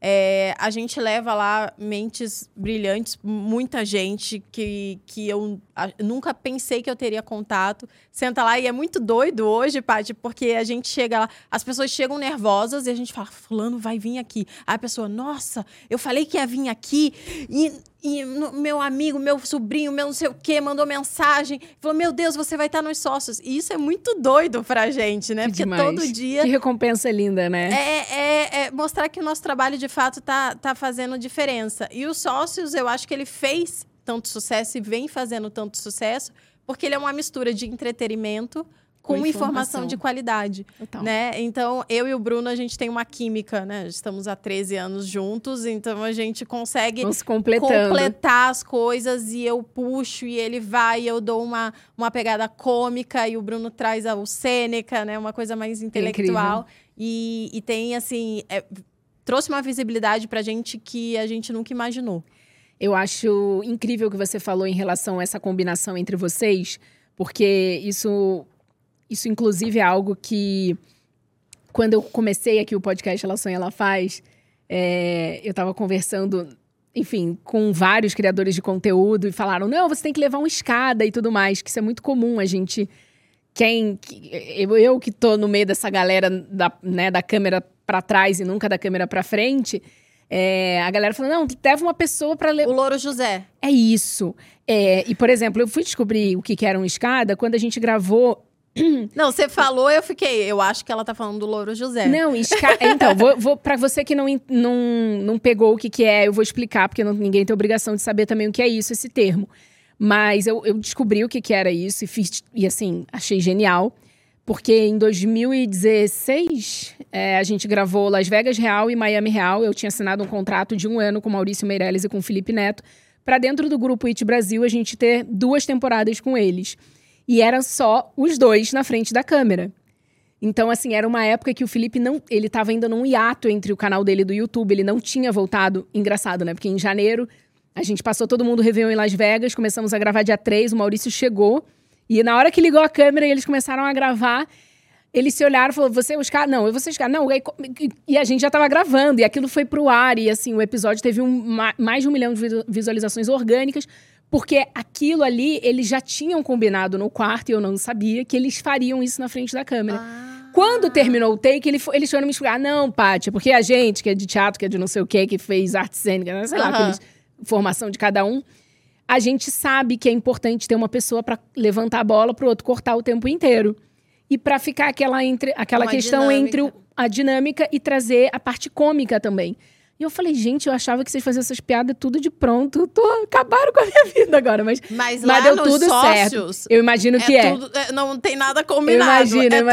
A gente leva lá mentes brilhantes, muita gente que eu nunca pensei que eu teria contato. Senta lá e é muito doido hoje, Paty, porque a gente chega lá, as pessoas chegam nervosas e a gente fala, fulano vai vir aqui. Aí a pessoa, nossa, eu falei que ia vir aqui e meu amigo, meu sobrinho, meu não sei o quê, mandou mensagem, falou, meu Deus, você vai estar nos Sócios. E isso é muito doido pra gente, né? Que porque demais. Todo dia... Que recompensa linda, né? É mostrar que o nosso trabalho, de fato, tá fazendo diferença. E os Sócios, eu acho que ele fez tanto sucesso e vem fazendo tanto sucesso, porque ele é uma mistura de entretenimento com informação de qualidade, né? Então, eu e o Bruno, a gente tem uma química, né? Estamos há 13 anos juntos, então a gente consegue completar as coisas e eu puxo e ele vai e eu dou uma pegada cômica e o Bruno traz o Sêneca, né? Uma coisa mais intelectual. E tem, assim... trouxe uma visibilidade pra gente que a gente nunca imaginou. Eu acho incrível o que você falou em relação a essa combinação entre vocês, porque isso inclusive é algo que, quando eu comecei aqui o podcast Ela Sonha, Ela Faz, eu estava conversando, enfim, com vários criadores de conteúdo e falaram, não, você tem que levar uma escada e tudo mais, que isso é muito comum, a gente... Eu que tô no meio dessa galera da câmera para trás e nunca da câmera para frente... a galera falou, não, leva uma pessoa pra... O Louro José. É isso. E, por exemplo, eu fui descobrir o que era uma escada quando a gente gravou Não, você falou, eu acho que ela tá falando do Louro José. Não, então, vou pra você que não pegou o que é, eu vou explicar, porque ninguém tem obrigação de saber também o que é isso, esse termo. Mas eu descobri o que era isso e assim, achei genial. Porque em 2016, a gente gravou Las Vegas Real e Miami Real. Eu tinha assinado um contrato de 1 ano com Maurício Meirelles e com Felipe Neto, para dentro do Grupo IT Brasil a gente ter 2 temporadas com eles. E era só os 2 na frente da câmera. Então, assim, era uma época que o Felipe ele estava ainda num hiato entre o canal dele do YouTube. Ele não tinha voltado. Engraçado, né? Porque em janeiro, a gente passou todo mundo Réveillon em Las Vegas. Começamos a gravar dia 3, o Maurício chegou. E na hora que ligou a câmera e eles começaram a gravar, eles se olharam e falaram, você, os caras? Não, eu vou ser os caras. Não, e a gente já estava gravando. E aquilo foi pro ar. E, assim, o episódio teve mais de 1 milhão de visualizações orgânicas. Porque aquilo ali, eles já tinham combinado no quarto, e eu não sabia, que eles fariam isso na frente da câmera. Quando terminou o take, eles foram me explicar, não, Paty, porque a gente, que é de teatro, que é de não sei o quê, que fez arte cênica, sei lá, formação de cada um, a gente sabe que é importante ter uma pessoa para levantar a bola pro outro cortar o tempo inteiro. E para ficar aquela questão dinâmica. Entre a dinâmica e trazer a parte cômica também. E eu falei, gente, eu achava que vocês faziam essas piadas tudo de pronto. Acabaram com a minha vida agora. Mas lá deu tudo certo. Eu imagino que tudo, não tem nada combinado. Eu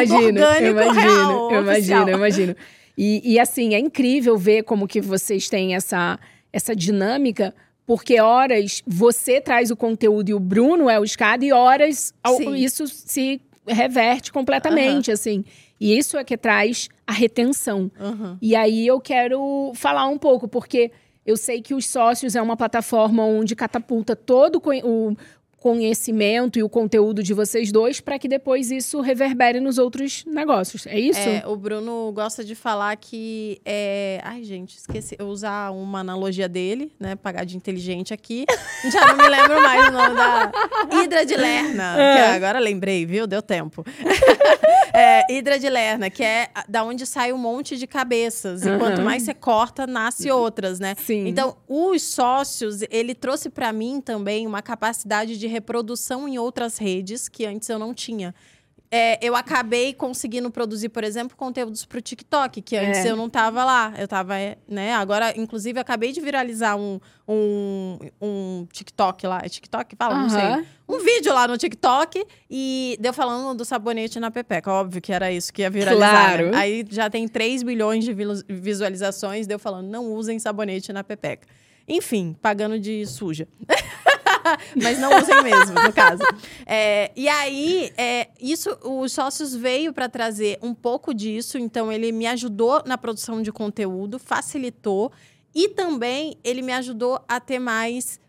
imagino. E assim, é incrível ver como que vocês têm essa dinâmica, porque horas você traz o conteúdo e o Bruno é o escada, e horas isso se reverte completamente, assim. E isso é que traz a retenção. E aí eu quero falar um pouco, porque eu sei que os Sócios é uma plataforma onde catapulta todo o conhecimento e o conteúdo de vocês dois para que depois isso reverbere nos outros negócios. É isso? O Bruno gosta de falar que Ai, gente, esqueci. Eu usar uma analogia dele, né? Pagar de inteligente aqui. Já não me lembro mais o nome da... Hidra de Lerna. Que agora lembrei, viu? Deu tempo. Hidra de Lerna, que é da onde sai um monte de cabeças. E quanto mais você corta, nasce outras, né? Sim. Então, os Sócios, ele trouxe para mim também uma capacidade de reprodução em outras redes que antes eu não tinha. Eu acabei conseguindo produzir, por exemplo, conteúdos pro TikTok, que antes eu não tava lá. Eu tava, né? Agora, inclusive, eu acabei de viralizar um TikTok lá. É TikTok? Fala, não sei. Um vídeo lá no TikTok e deu falando do sabonete na pepeca. Óbvio que era isso que ia viralizar. Claro. Né? Aí já tem 3 bilhões de visualizações, deu falando, não usem sabonete na pepeca. Enfim, pagando de suja. Mas não usem mesmo, no caso. E aí, os Sócios veio para trazer um pouco disso. Então, ele me ajudou na produção de conteúdo, facilitou. E também, ele me ajudou a ter mais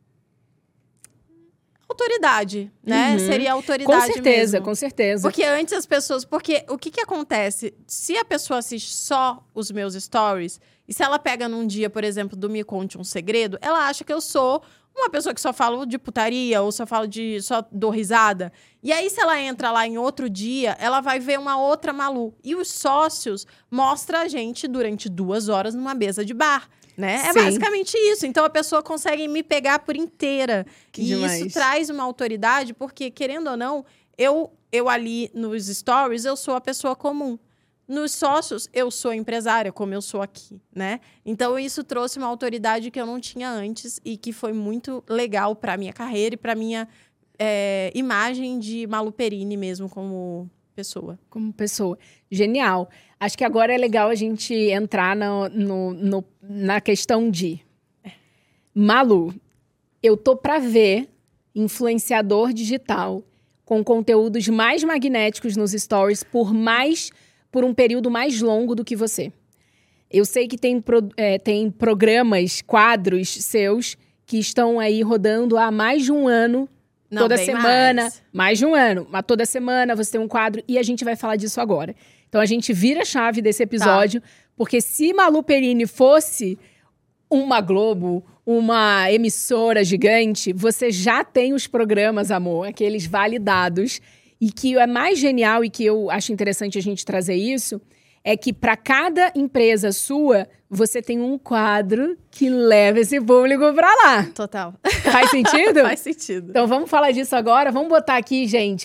autoridade, né? Seria autoridade mesmo. Com certeza. Porque antes as pessoas... Porque o que acontece? Se a pessoa assiste só os meus stories, e se ela pega num dia, por exemplo, do Me Conte um Segredo, ela acha que eu sou uma pessoa que só fala de putaria, ou só dou risada. E aí, se ela entra lá em outro dia, ela vai ver uma outra Malu. E os Sócios mostram a gente durante 2 horas numa mesa de bar. Né? É basicamente isso. Então, a pessoa consegue me pegar por inteira. Isso traz uma autoridade, porque, querendo ou não, eu ali nos stories, eu sou a pessoa comum. Nos Sócios, eu sou empresária, como eu sou aqui, né? Então, isso trouxe uma autoridade que eu não tinha antes e que foi muito legal para minha carreira e para minha imagem de Malu Perini mesmo como pessoa. Como pessoa. Genial. Acho que agora é legal a gente entrar na questão de... Malu, eu tô para ver influenciador digital com conteúdos mais magnéticos nos stories por um período mais longo do que você. Eu sei que tem programas, quadros seus que estão aí rodando há mais de 1 ano, toda semana. Mais de 1 ano. Mas toda semana você tem um quadro e a gente vai falar disso agora. Então a gente vira a chave desse episódio, porque se Malu Perini fosse uma Globo, uma emissora gigante, você já tem os programas, amor, aqueles validados. E que é mais genial e que eu acho interessante a gente trazer isso, é que para cada empresa sua, você tem um quadro que leva esse público para lá. Total. Faz sentido? Faz sentido. Então vamos falar disso agora. Vamos botar aqui, gente,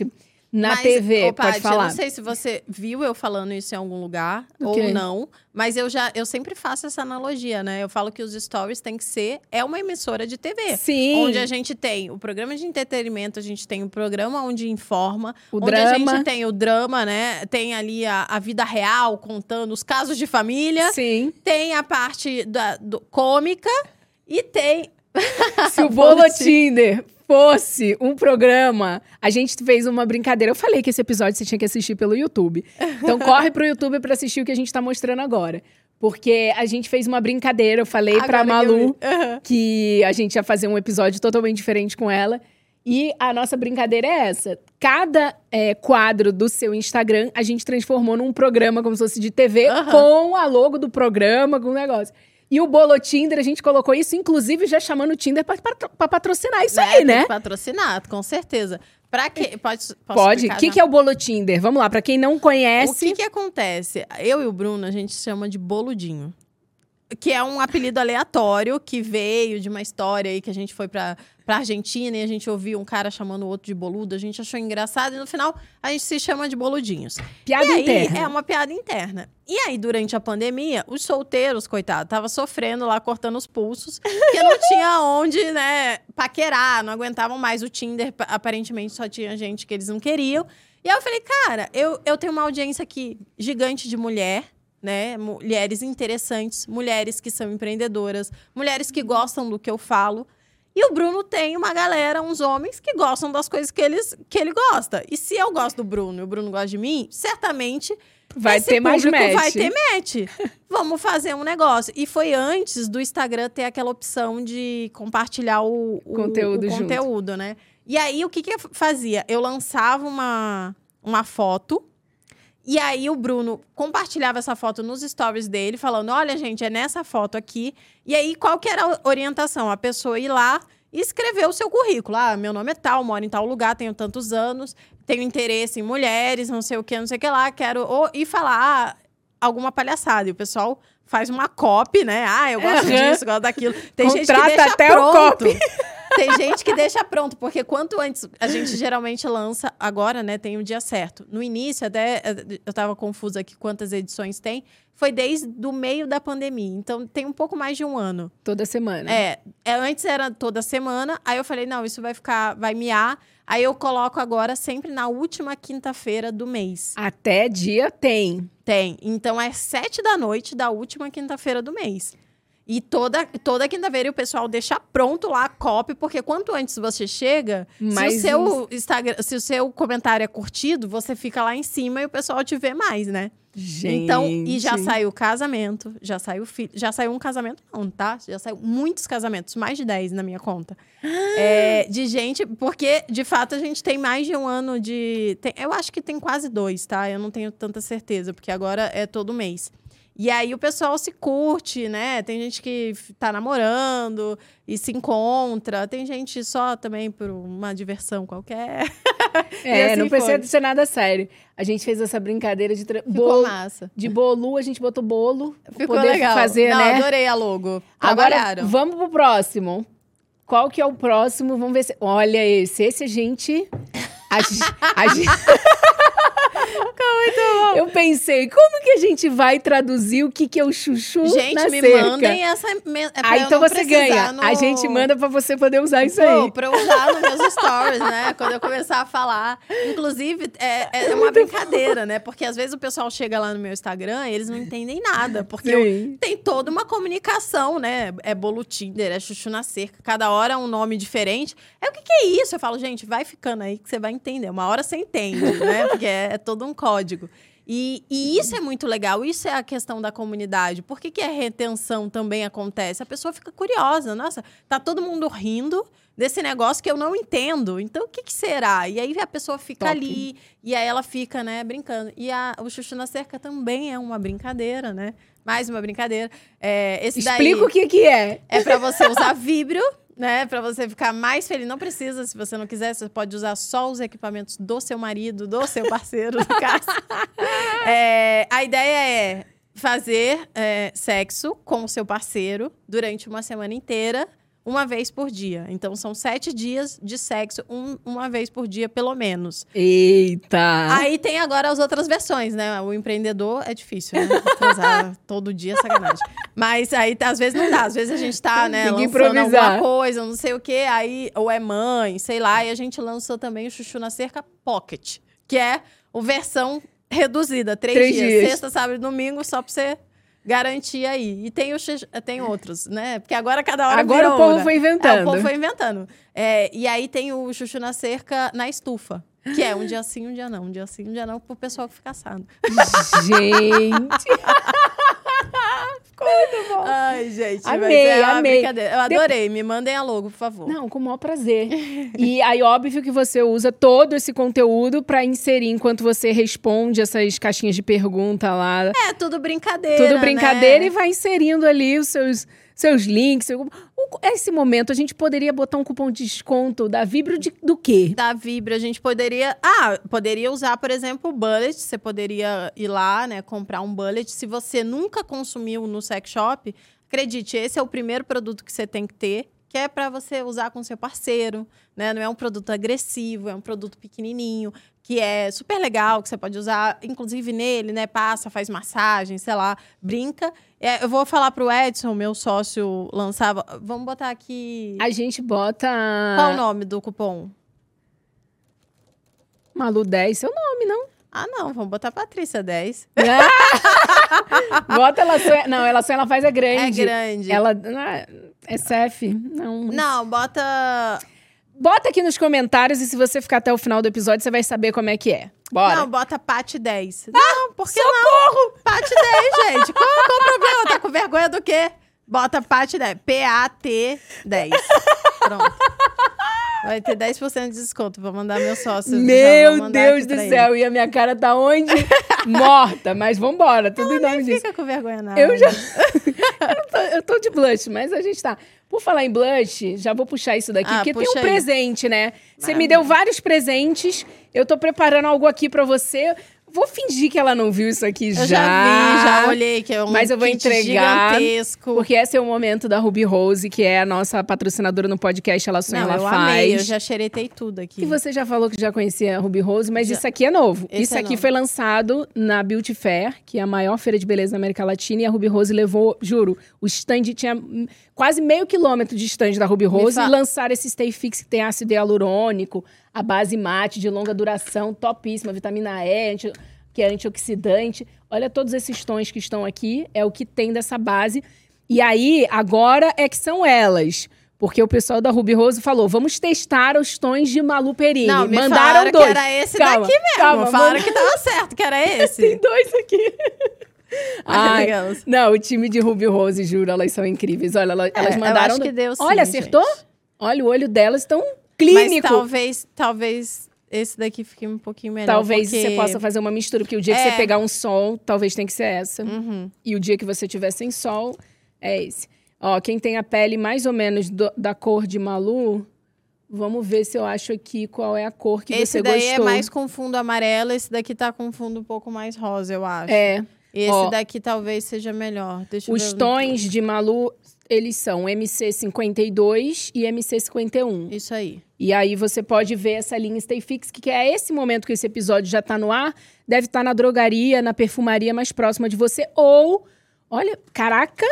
na TV, ô, pode Paty, falar. Eu não sei se você viu eu falando isso em algum lugar ou não, mas eu sempre faço essa analogia, né? Eu falo que os stories tem que ser uma emissora de TV. Sim. Onde a gente tem o programa de entretenimento, a gente tem o programa onde informa, onde drama. A gente tem o drama, né? Tem ali a vida real, contando os casos de família. Sim. Tem a parte do cômica e tem... Se o Bolo Tinder fosse um programa, a gente fez uma brincadeira. Eu falei que esse episódio você tinha que assistir pelo YouTube. Então corre pro YouTube pra assistir o que a gente tá mostrando agora. Porque a gente fez uma brincadeira. Eu falei Agora pra Malu que a gente ia fazer um episódio totalmente diferente com ela. E a nossa brincadeira é essa. Cada quadro do seu Instagram, a gente transformou num programa como se fosse de TV, com a logo do programa, com o negócio. E o Bolo Tinder, a gente colocou isso, inclusive já chamando o Tinder pra patrocinar isso aí, né? Tem que patrocinar, com certeza. Pra quê? Pode. O que é o Bolo Tinder? Vamos lá, pra quem não conhece... O que acontece? Eu e o Bruno, a gente chama de Boludinho. Que é um apelido aleatório que veio de uma história aí que a gente foi pra Argentina e a gente ouviu um cara chamando o outro de boludo. A gente achou engraçado e no final a gente se chama de boludinhos. Piada interna. É uma piada interna. E aí, durante a pandemia, os solteiros, coitados, estavam sofrendo lá, cortando os pulsos, porque não tinha onde, né, paquerar, não aguentavam mais o Tinder. Aparentemente só tinha gente que eles não queriam. E aí eu falei, cara, eu tenho uma audiência aqui gigante de mulher, né? Mulheres interessantes, mulheres que são empreendedoras, mulheres que gostam do que eu falo. E o Bruno tem uma galera, uns homens que gostam das coisas que ele gosta. E se eu gosto do Bruno e o Bruno gosta de mim, certamente vai ter mais match. Vai ter match. Vamos fazer um negócio. E foi antes do Instagram ter aquela opção de compartilhar o conteúdo, né? E aí, o que eu fazia? Eu lançava uma foto. E aí, o Bruno compartilhava essa foto nos stories dele, falando, olha, gente, é nessa foto aqui. E aí, qual que era a orientação? A pessoa ir lá e escrever o seu currículo. Ah, meu nome é tal, moro em tal lugar, tenho tantos anos, tenho interesse em mulheres, não sei o que lá, quero... E falar alguma palhaçada. E o pessoal faz uma copy, né? Ah, eu gosto disso, gosto daquilo. Tem gente que deixa até pronto. O copy. Tem gente que deixa pronto, porque quanto antes a gente geralmente lança, agora, né, tem o dia certo. No início, até eu tava confusa aqui quantas edições tem, foi desde o meio da pandemia. Então, tem um pouco mais de um ano. Toda semana. Antes era toda semana, aí eu falei, não, isso vai miar. Aí eu coloco agora sempre na última quinta-feira do mês. Até dia tem. Tem. Então, é 7h da última quinta-feira do mês. E toda quinta-feira o pessoal deixa pronto lá a copy, porque quanto antes você chega, se o seu comentário é curtido, você fica lá em cima e o pessoal te vê mais, né? Gente. Então, e já saiu o casamento, já saiu filho, já saiu um casamento não, tá? Já saiu muitos casamentos, mais de 10 na minha conta. De gente, porque de fato a gente tem mais de um ano eu acho que tem quase 2, tá? Eu não tenho tanta certeza, porque agora é todo mês. E aí o pessoal se curte, né? Tem gente que tá namorando e se encontra. Tem gente só também por uma diversão qualquer. Assim não precisa ser nada sério. A gente fez essa brincadeira de Ficou massa. De bolu, a gente botou bolo. Ficou legal. Fazer, né? Adorei a logo. Agora, vamos pro próximo. Qual que é o próximo? Vamos ver se... Olha esse. Esse a gente... Muito bom. Eu pensei, como que a gente vai traduzir o que é o chuchu gente, na me cerca? mandem essa... então você ganha. A gente manda pra você poder usar isso aí. Pra eu usar nos meus stories, né? Quando eu começar a falar. Inclusive, é uma brincadeira, né? Porque às vezes o pessoal chega lá no meu Instagram e eles não entendem nada. Porque tem toda uma comunicação, né? É bolo Tinder, é chuchu na cerca. Cada hora é um nome diferente. O que é isso? Eu falo, gente, vai ficando aí que você vai entender. Uma hora você entende, né? Porque é todo um código. E isso é muito legal, isso é a questão da comunidade. Por que a retenção também acontece? A pessoa fica curiosa. Nossa, tá todo mundo rindo desse negócio que eu não entendo. Então, o que será? E aí a pessoa fica ali, e aí ela fica, né, brincando. E o chuchu na cerca também é uma brincadeira, né? Mais uma brincadeira. Explica o que é. É pra você usar víbrio, né? Pra você ficar mais feliz. Não precisa, se você não quiser, você pode usar só os equipamentos do seu marido, do seu parceiro, do caso. A ideia é fazer sexo com o seu parceiro durante uma semana inteira, uma vez por dia. Então, são 7 dias de sexo, uma vez por dia, pelo menos. Eita! Aí tem agora as outras versões, né? O empreendedor é difícil, né? Transar todo dia é sacanagem. Mas aí, às vezes, não dá. Às vezes a gente tá, né, Tem que lançando improvisar. alguma coisa, não sei o quê. Aí, ou é mãe, sei lá. E a gente lançou também o Chuchu na Cerca Pocket, que é a versão reduzida. 3 dias. Sexta, sábado e domingo, só pra você garantir aí. E tem outros, né? Porque agora cada hora Agora virou, o povo né? foi inventando. O povo foi inventando. E aí tem o Chuchu na Cerca na estufa. Que é um dia sim, um dia não. Um dia sim, um dia não, pro pessoal que fica assado. Gente! Ficou muito bom. Ai, gente. Amei, uma amei. brincadeira. Eu adorei. Me mandem a logo, por favor. Não, com o maior prazer. E aí, óbvio que você usa todo esse conteúdo pra inserir enquanto você responde essas caixinhas de pergunta lá. É, tudo brincadeira, Tudo brincadeira, né? e vai inserindo ali os seus links. Esse momento, a gente poderia botar um cupom de desconto da Vibro do quê? Da Vibra, a gente poderia... poderia usar, por exemplo, o bullet. Você poderia ir lá, né, comprar um bullet. Se você nunca consumiu no sex shop, acredite, esse é o primeiro produto que você tem que ter, que é para você usar com seu parceiro, né? Não é um produto agressivo, é um produto pequenininho, que é super legal, que você pode usar, inclusive nele, né? Passa, faz massagem, sei lá, brinca. Eu vou falar pro Edson, meu sócio, lançava... Vamos botar aqui... A gente bota... Qual o nome do cupom? Malu 10, seu nome, não? Ah, não, vamos botar Patrícia 10. Bota ela sonha. Não, ela sonha, ela faz é grande. É grande. Ela. É CF? Não. Não, bota... Bota aqui nos comentários e se você ficar até o final do episódio, você vai saber como é que é. Bora. Não, bota Pat 10. Não, por que não? Pat 10, gente. Qual o problema? Tá com vergonha do quê? Bota Pat 10. PAT 10. Pronto. Vai ter 10% de desconto. Vou mandar meu sócio. Meu Deus do céu. E a minha cara tá onde? Morta. Mas vambora. Tudo em nome disso. Fica com vergonha, não. Eu já... eu tô de blush, mas a gente tá... Por falar em blush, já vou puxar isso daqui, porque tem um presente, né? Você me deu vários presentes, eu tô preparando algo aqui pra você. Vou fingir que ela não viu isso aqui eu já vi, já olhei, que é um mas eu vou kit entregar, gigantesco. Porque esse é o momento da Ruby Rose, que é a nossa patrocinadora no podcast Ela Sonha, Ela Faz. Amei, eu já xeretei tudo aqui. E você já falou que já conhecia a Ruby Rose, mas isso aqui é novo. Isso aqui foi lançado na Beauty Fair, que é a maior feira de beleza da América Latina, e a Ruby Rose levou, juro, o stand tinha quase meio quilômetro de stand da Ruby Rose, e lançaram esse Stay Fix, que tem ácido hialurônico, a base mate de longa duração, topíssima, vitamina E, que é antioxidante. Olha todos esses tons que estão aqui, é o que tem dessa base. E aí, agora é que são elas. Porque o pessoal da Ruby Rose falou, vamos testar os tons de Malu Perini. Não, me mandaram falaram dois. Que era esse daqui mesmo. Falaram que tava certo, que era esse. Tem dois aqui. Não, o time de Ruby Rose, juro, elas são incríveis. Olha, elas mandaram... Eu acho que deu sim, olha, acertou? Gente. Olha, o olho delas tão clínico. Mas talvez esse daqui fique um pouquinho melhor. Talvez você possa fazer uma mistura, porque o dia que você pegar um sol, talvez tenha que ser essa. Uhum. E o dia que você tiver sem sol, é esse. Ó, quem tem a pele mais ou menos da cor de Malu, vamos ver se eu acho aqui qual é a cor que você gostou. Esse daí é mais com fundo amarelo, esse daqui tá com fundo um pouco mais rosa, eu acho. É. Esse daqui talvez seja melhor. Deixa eu ver. Os tons de Malu, eles são MC52 e MC51. Isso aí. E aí você pode ver essa linha Stay Fix, que é esse momento que esse episódio já tá no ar. Deve estar na drogaria, na perfumaria mais próxima de você. Ou, olha, caraca,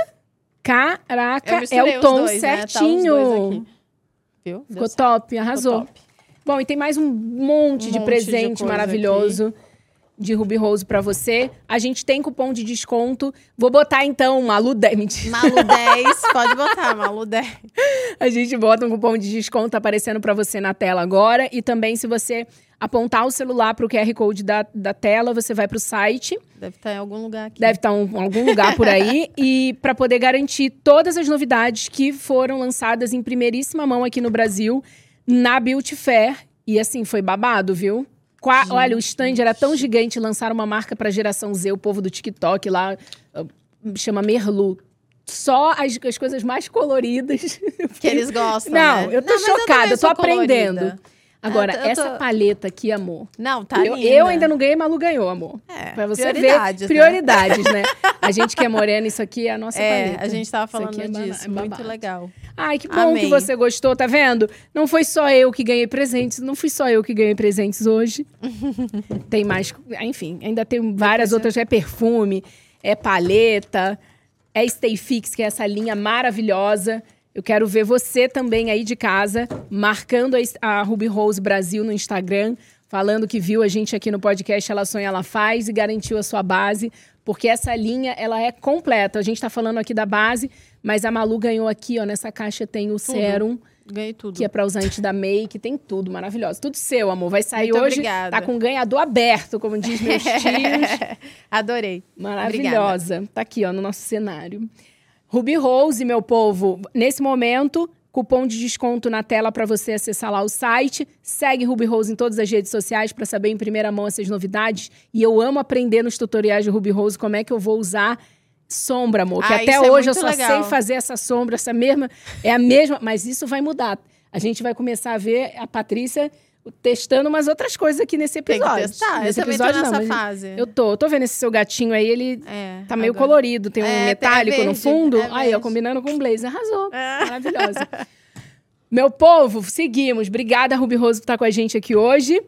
é o tom dois, certinho. Né? Tá os dois aqui. Viu? Ficou top, arrasou. Ficou top. Bom, e tem mais um monte de presente maravilhoso de Ruby Rose pra você. A gente tem cupom de desconto. Vou botar, então, Malu 10. Malu 10, pode botar, Malu 10. A gente bota um cupom de desconto aparecendo pra você na tela agora. E também, se você apontar o celular pro QR Code da tela, você vai pro site. Deve estar em algum lugar aqui. Deve estar em algum lugar por aí. E para poder garantir todas as novidades que foram lançadas em primeiríssima mão aqui no Brasil, na Beauty Fair. E assim, foi babado, viu? Olha, o stand era tão gigante, lançaram uma marca pra geração Z, o povo do TikTok lá, chama Merlu. Só as coisas mais coloridas. Que eles gostam, Não, né? eu tô chocada, eu tô aprendendo. Colorida. Agora, essa paleta aqui, amor. Não, tá linda. Eu ainda não ganhei, Malu ganhou, amor. Pra você ver prioridades, né? A gente que é morena, isso aqui é a nossa paleta. A gente tava falando disso. Muito legal. Ai, que bom que você gostou, tá vendo? Não foi só eu que ganhei presentes. Não fui só eu que ganhei presentes hoje. Tem mais... Enfim, ainda tem várias outras. É perfume, é paleta, é Stay Fix, que é essa linha maravilhosa. Eu quero ver você também aí de casa, marcando a Ruby Rose Brasil no Instagram, falando que viu a gente aqui no podcast Ela Sonha, Ela Faz e garantiu a sua base, porque essa linha, ela é completa. A gente tá falando aqui da base, mas a Malu ganhou aqui, ó, nessa caixa tem o sérum. Ganhei tudo. Que é pra usar antes da make, tem tudo, maravilhoso. Tudo seu, amor. Vai sair muito hoje, obrigada. Tá com ganhador aberto, como diz meus tios. Adorei. Maravilhosa. Obrigada. Tá aqui, ó, no nosso cenário. Ruby Rose, meu povo, nesse momento, cupom de desconto na tela para você acessar lá o site. Segue Ruby Rose em todas as redes sociais para saber em primeira mão essas novidades. E eu amo aprender nos tutoriais de Ruby Rose como é que eu vou usar sombra, amor. Que até hoje eu só sei fazer essa sombra, é a mesma, mas isso vai mudar. A gente vai começar a ver a Patrícia testando umas outras coisas aqui nesse episódio. Tem que testar. Nesse eu episódio também tô nessa fase. Eu tô vendo esse seu gatinho aí, ele tá meio colorido. Tem um metálico no fundo. Aí, ó, combinando com o blazer. Arrasou. Maravilhosa. Meu povo, seguimos. Obrigada, Ruby Rose, por estar com a gente aqui hoje.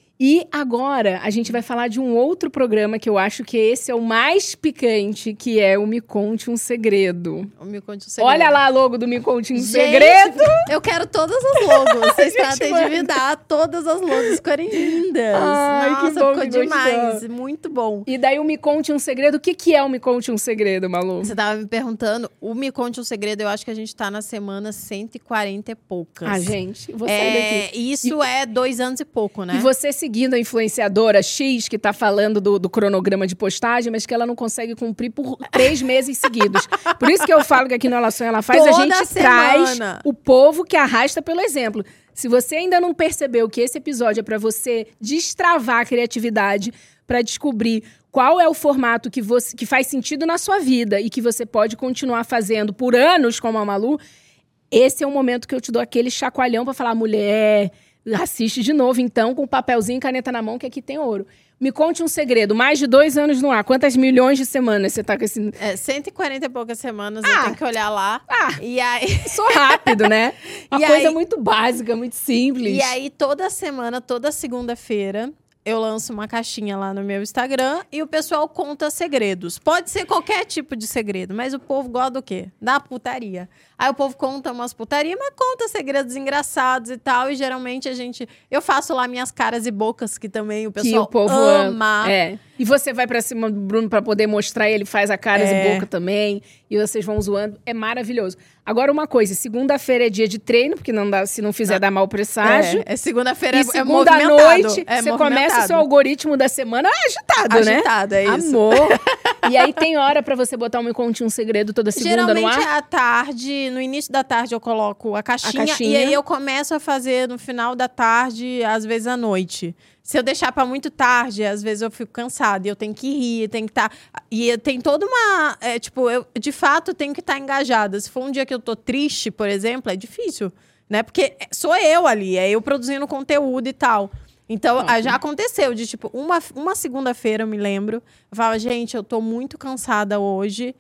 E agora, a gente vai falar de um outro programa que eu acho que esse é o mais picante, que é o Me Conte um Segredo. O Me Conte um Segredo. Olha lá a logo do Me Conte um Segredo. Eu quero todas as logos. Vocês tratem de me dar todas as logos. Ficarem lindas. Ai, nossa, que bom, ficou demais. Muito bom. E daí o Me Conte um Segredo. O que é o Me Conte um Segredo, Malu? Você tava me perguntando. O Me Conte um Segredo, eu acho que a gente tá na semana 140 e poucas. Ah, gente, vou sair daqui. Isso é 2 anos e pouco, né? E você seguindo a influenciadora X, que tá falando do cronograma de postagem, mas que ela não consegue cumprir por 3 meses seguidos. Por isso que eu falo que aqui no Ela Sonha, Ela Faz, Toda a gente traz o povo que arrasta pelo exemplo. Se você ainda não percebeu que esse episódio é para você destravar a criatividade, para descobrir qual é o formato que faz sentido na sua vida e que você pode continuar fazendo por anos, como a Malu, esse é o momento que eu te dou aquele chacoalhão para falar, mulher, assiste de novo, então, com papelzinho e caneta na mão, que aqui tem ouro. Me conte um segredo. Mais de 2 anos no ar. Quantas milhões de semanas você tá com esse... 140 e poucas semanas, eu tenho que olhar lá. E aí... Sou rápido, né? Uma coisa muito básica, muito simples. E aí, toda semana, toda segunda-feira, eu lanço uma caixinha lá no meu Instagram e o pessoal conta segredos. Pode ser qualquer tipo de segredo, mas o povo gosta do quê? Da putaria. Aí o povo conta umas putarias, mas conta segredos engraçados e tal. E geralmente eu faço lá minhas caras e bocas, que também o pessoal ama. E você vai pra cima do Bruno pra poder mostrar, ele faz a caras e boca também. E vocês vão zoando. É maravilhoso. Agora, uma coisa, segunda-feira é dia de treino, porque não dá, se não fizer, dá mau presságio. Segunda-feira e segunda noite, você começa o seu algoritmo da semana agitado, né? Agitado, é isso. Amor. E aí tem hora pra você botar Me Conte um Segredo toda segunda geralmente no ar? Geralmente à tarde, no início da tarde eu coloco a caixinha. E aí eu começo a fazer no final da tarde, às vezes à noite. Se eu deixar pra muito tarde, às vezes eu fico cansada. E eu tenho que rir, tenho que estar... E tem toda uma... eu, de fato, tenho que estar engajada. Se for um dia que eu tô triste, por exemplo, é difícil, né? Porque sou eu ali, é eu produzindo conteúdo e tal. Então, já aconteceu de, tipo, uma segunda-feira, eu me lembro. Eu falava, gente, eu tô muito cansada hoje.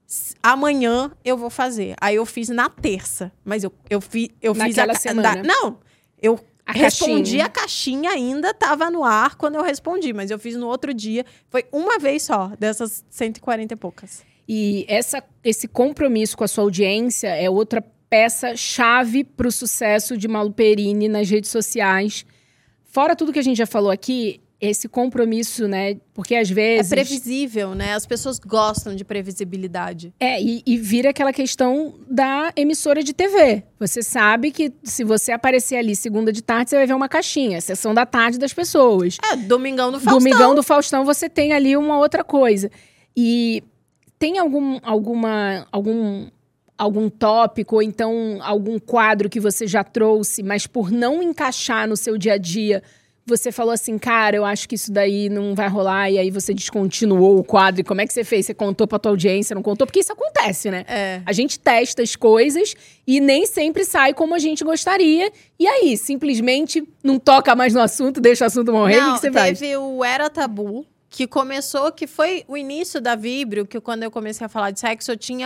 Amanhã eu vou fazer. Aí eu fiz na terça. Mas eu fiz naquela semana. Não, eu... respondi a caixinha, ainda tava no ar quando eu respondi, mas eu fiz no outro dia. Foi uma vez só, dessas 140 e poucas. E esse compromisso com a sua audiência é outra peça-chave para o sucesso de Malu Perini nas redes sociais. Fora tudo que a gente já falou aqui, esse compromisso, né? Porque às vezes... É previsível, né? As pessoas gostam de previsibilidade. E vira aquela questão da emissora de TV. Você sabe que se você aparecer ali segunda de tarde, você vai ver uma caixinha. Sessão da tarde das pessoas. Domingão do Faustão. Domingão do Faustão, você tem ali uma outra coisa. E tem algum tópico, ou então algum quadro que você já trouxe, mas por não encaixar no seu dia a dia, você falou assim, cara, eu acho que isso daí não vai rolar, e aí você descontinuou o quadro. E como é que você fez? Você contou pra tua audiência, não contou? Porque isso acontece, né? A gente testa as coisas e nem sempre sai como a gente gostaria. E aí, simplesmente não toca mais no assunto, deixa o assunto morrer, o que você faz? Teve o Era Tabu, que começou, que foi o início da Vibrio, que quando eu comecei a falar de sexo, eu tinha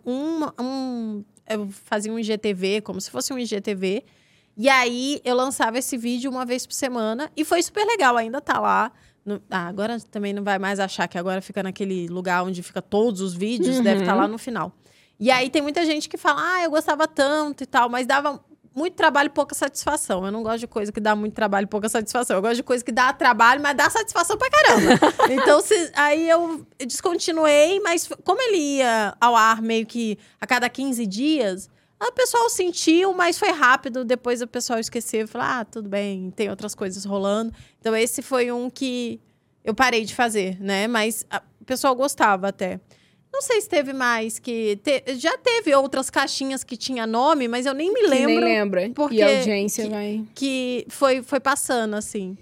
eu fazia um IGTV, como se fosse um IGTV. E aí, eu lançava esse vídeo uma vez por semana. E foi super legal, ainda tá lá. Agora também não vai mais achar que agora fica naquele lugar onde fica todos os vídeos. Deve estar lá no final. E aí, tem muita gente que fala, eu gostava tanto e tal. Mas dava muito trabalho e pouca satisfação. Eu não gosto de coisa que dá muito trabalho e pouca satisfação. Eu gosto de coisa que dá trabalho, mas dá satisfação pra caramba. Então, aí eu descontinuei. Mas como ele ia ao ar meio que a cada 15 dias... O pessoal sentiu, mas foi rápido. Depois o pessoal esqueceu e falou, tudo bem, tem outras coisas rolando. Então, esse foi um que eu parei de fazer, né? Mas o pessoal gostava até. Não sei se teve mais que... já teve outras caixinhas que tinha nome, mas eu nem me lembro. Nem lembra. Porque e a audiência vai... Que foi passando, assim.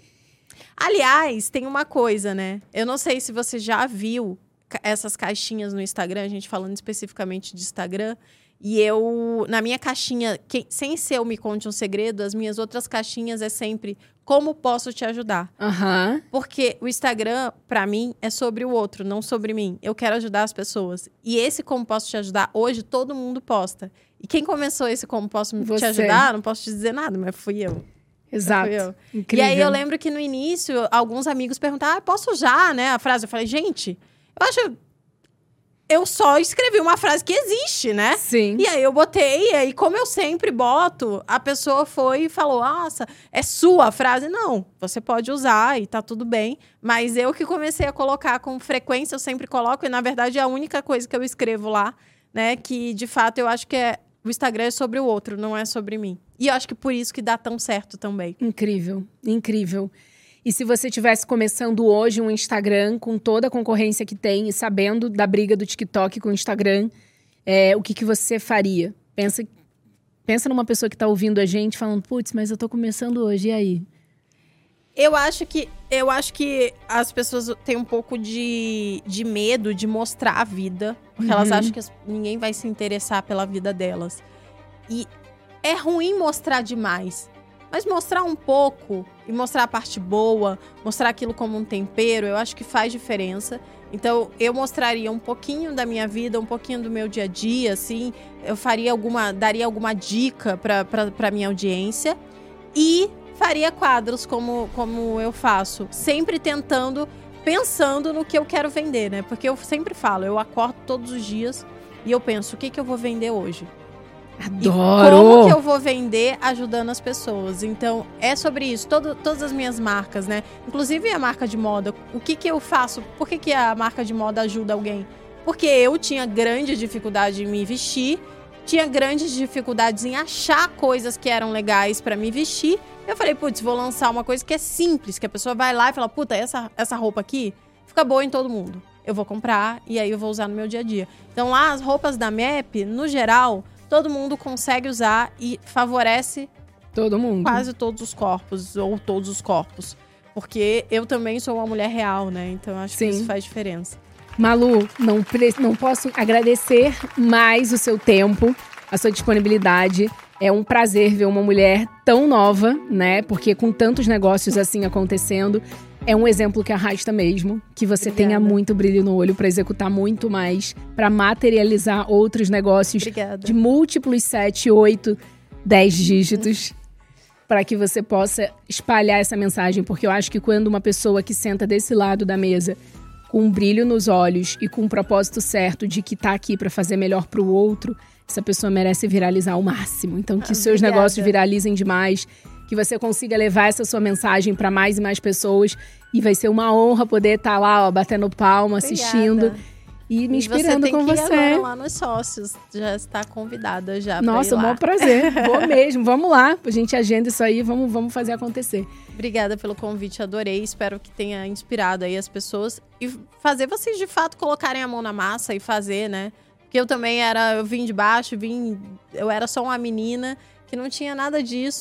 Aliás, tem uma coisa, né? Eu não sei se você já viu essas caixinhas no Instagram, a gente falando especificamente de Instagram... E na minha caixinha, sem ser o Me Conte um Segredo, as minhas outras caixinhas é sempre como posso te ajudar. Porque o Instagram, pra mim, é sobre o outro, não sobre mim. Eu quero ajudar as pessoas. E esse como posso te ajudar, hoje todo mundo posta. E quem começou esse como posso te ajudar, não posso te dizer nada, mas fui eu. Exato. Fui eu. Incrível. E aí eu lembro que no início, alguns amigos perguntaram, posso já, né? A frase, eu falei, gente, eu acho... Eu só escrevi uma frase que existe, né? Sim. E aí eu botei, e aí como eu sempre boto, a pessoa foi e falou, nossa, é sua a frase? Não, você pode usar e tá tudo bem. Mas eu que comecei a colocar com frequência, eu sempre coloco. E na verdade é a única coisa que eu escrevo lá, né? Que de fato eu acho que o Instagram é sobre o outro, não é sobre mim. E eu acho que por isso que dá tão certo também. Incrível, incrível. E se você estivesse começando hoje um Instagram com toda a concorrência que tem e sabendo da briga do TikTok com o Instagram, o que você faria? Pensa numa pessoa que está ouvindo a gente falando, putz, mas eu tô começando hoje, e aí? Eu acho que as pessoas têm um pouco de medo de mostrar a vida. Porque elas acham que ninguém vai se interessar pela vida delas. E é ruim mostrar demais. Mas mostrar um pouco e mostrar a parte boa, mostrar aquilo como um tempero, eu acho que faz diferença. Então, eu mostraria um pouquinho da minha vida, um pouquinho do meu dia a dia, assim. Eu daria alguma dica pra minha audiência. E faria quadros como eu faço. Sempre pensando no que eu quero vender, né? Porque eu sempre falo, eu acordo todos os dias e eu penso, o que eu vou vender hoje? Adoro! E como que eu vou vender ajudando as pessoas? Então, é sobre isso. Todas as minhas marcas, né? Inclusive a marca de moda. O que eu faço? Por que a marca de moda ajuda alguém? Porque eu tinha grande dificuldade em me vestir. Tinha grandes dificuldades em achar coisas que eram legais pra me vestir. Eu falei, putz, vou lançar uma coisa que é simples. Que a pessoa vai lá e fala, puta, essa roupa aqui fica boa em todo mundo. Eu vou comprar e aí eu vou usar no meu dia a dia. Então lá, as roupas da MAP, no geral... Todo mundo consegue usar e favorece todo mundo. Quase todos os corpos, ou todos os corpos. Porque eu também sou uma mulher real, né? Então, acho que isso faz diferença. Malu, não posso agradecer mais o seu tempo, a sua disponibilidade. É um prazer ver uma mulher tão nova, né? Porque com tantos negócios assim acontecendo, é um exemplo que arrasta mesmo. Que você tenha muito brilho no olho para executar muito mais, para materializar outros negócios de múltiplos 7, 8, 10 dígitos. Para que você possa espalhar essa mensagem. Porque eu acho que quando uma pessoa que senta desse lado da mesa, com um brilho nos olhos e com um propósito certo de que tá aqui para fazer melhor pro outro, essa pessoa merece viralizar ao máximo. Então, que seus negócios viralizem demais, que você consiga levar essa sua mensagem para mais e mais pessoas. E vai ser uma honra poder estar lá, ó, batendo palma, assistindo e me inspirando com você. Você tem que ir agora lá nos sócios. Já está convidada já. Nossa, o maior prazer. Vou mesmo. Vamos lá. A gente agenda isso aí. Vamos fazer acontecer. Obrigada pelo convite. Adorei. Espero que tenha inspirado aí as pessoas. E fazer vocês, de fato, colocarem a mão na massa e fazer, né? Porque eu também eu vim de baixo, eu era só uma menina que não tinha nada disso.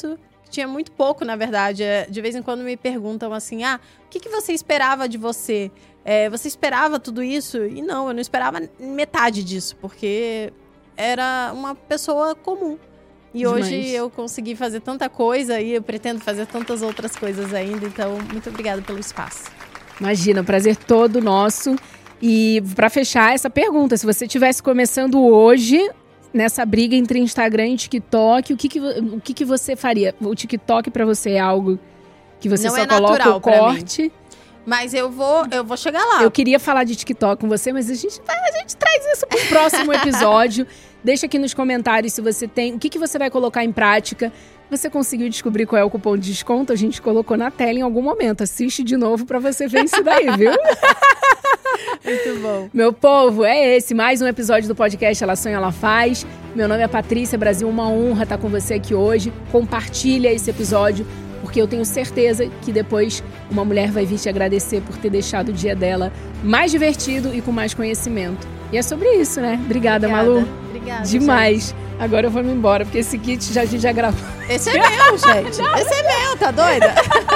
tinha muito pouco, na verdade. De vez em quando me perguntam assim, o que você esperava de você? Você esperava tudo isso? E não, eu não esperava metade disso, porque era uma pessoa comum. E hoje eu consegui fazer tanta coisa e eu pretendo fazer tantas outras coisas ainda. Então, muito obrigada pelo espaço. Imagina, o prazer todo nosso. E para fechar essa pergunta, se você estivesse começando hoje nessa briga entre Instagram e TikTok, o que você faria? O TikTok para você é algo que você não só coloca o corte? Mas eu vou chegar lá. Eu queria falar de TikTok com você, mas a gente traz isso para o próximo episódio. Deixa aqui nos comentários se você tem, o que você vai colocar em prática. Você conseguiu descobrir qual é o cupom de desconto? A gente colocou na tela em algum momento. Assiste de novo para você ver isso daí, viu? Muito bom. Meu povo, é esse. Mais um episódio do podcast Ela Sonha, Ela Faz. Meu nome é Patrícia Brasil, uma honra estar com você aqui hoje. Compartilha esse episódio, porque eu tenho certeza que depois uma mulher vai vir te agradecer por ter deixado o dia dela mais divertido e com mais conhecimento. E é sobre isso, né? Obrigada, Malu. Obrigada. Demais. Gente. Agora eu vou me embora, porque esse kit a gente já gravou. Esse é meu, gente. Esse é meu, tá doida?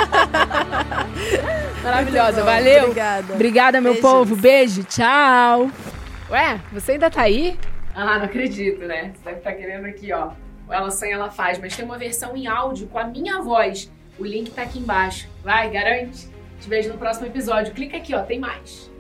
Maravilhosa, valeu. Obrigada, meu povo. Beijo, tchau. Ué, você ainda tá aí? Ah, não acredito, né? Você deve estar querendo aqui, ó. Ela Sonha, Ela Faz, mas tem uma versão em áudio com a minha voz. O link tá aqui embaixo. Vai, garante. Te vejo no próximo episódio. Clica aqui, ó, tem mais.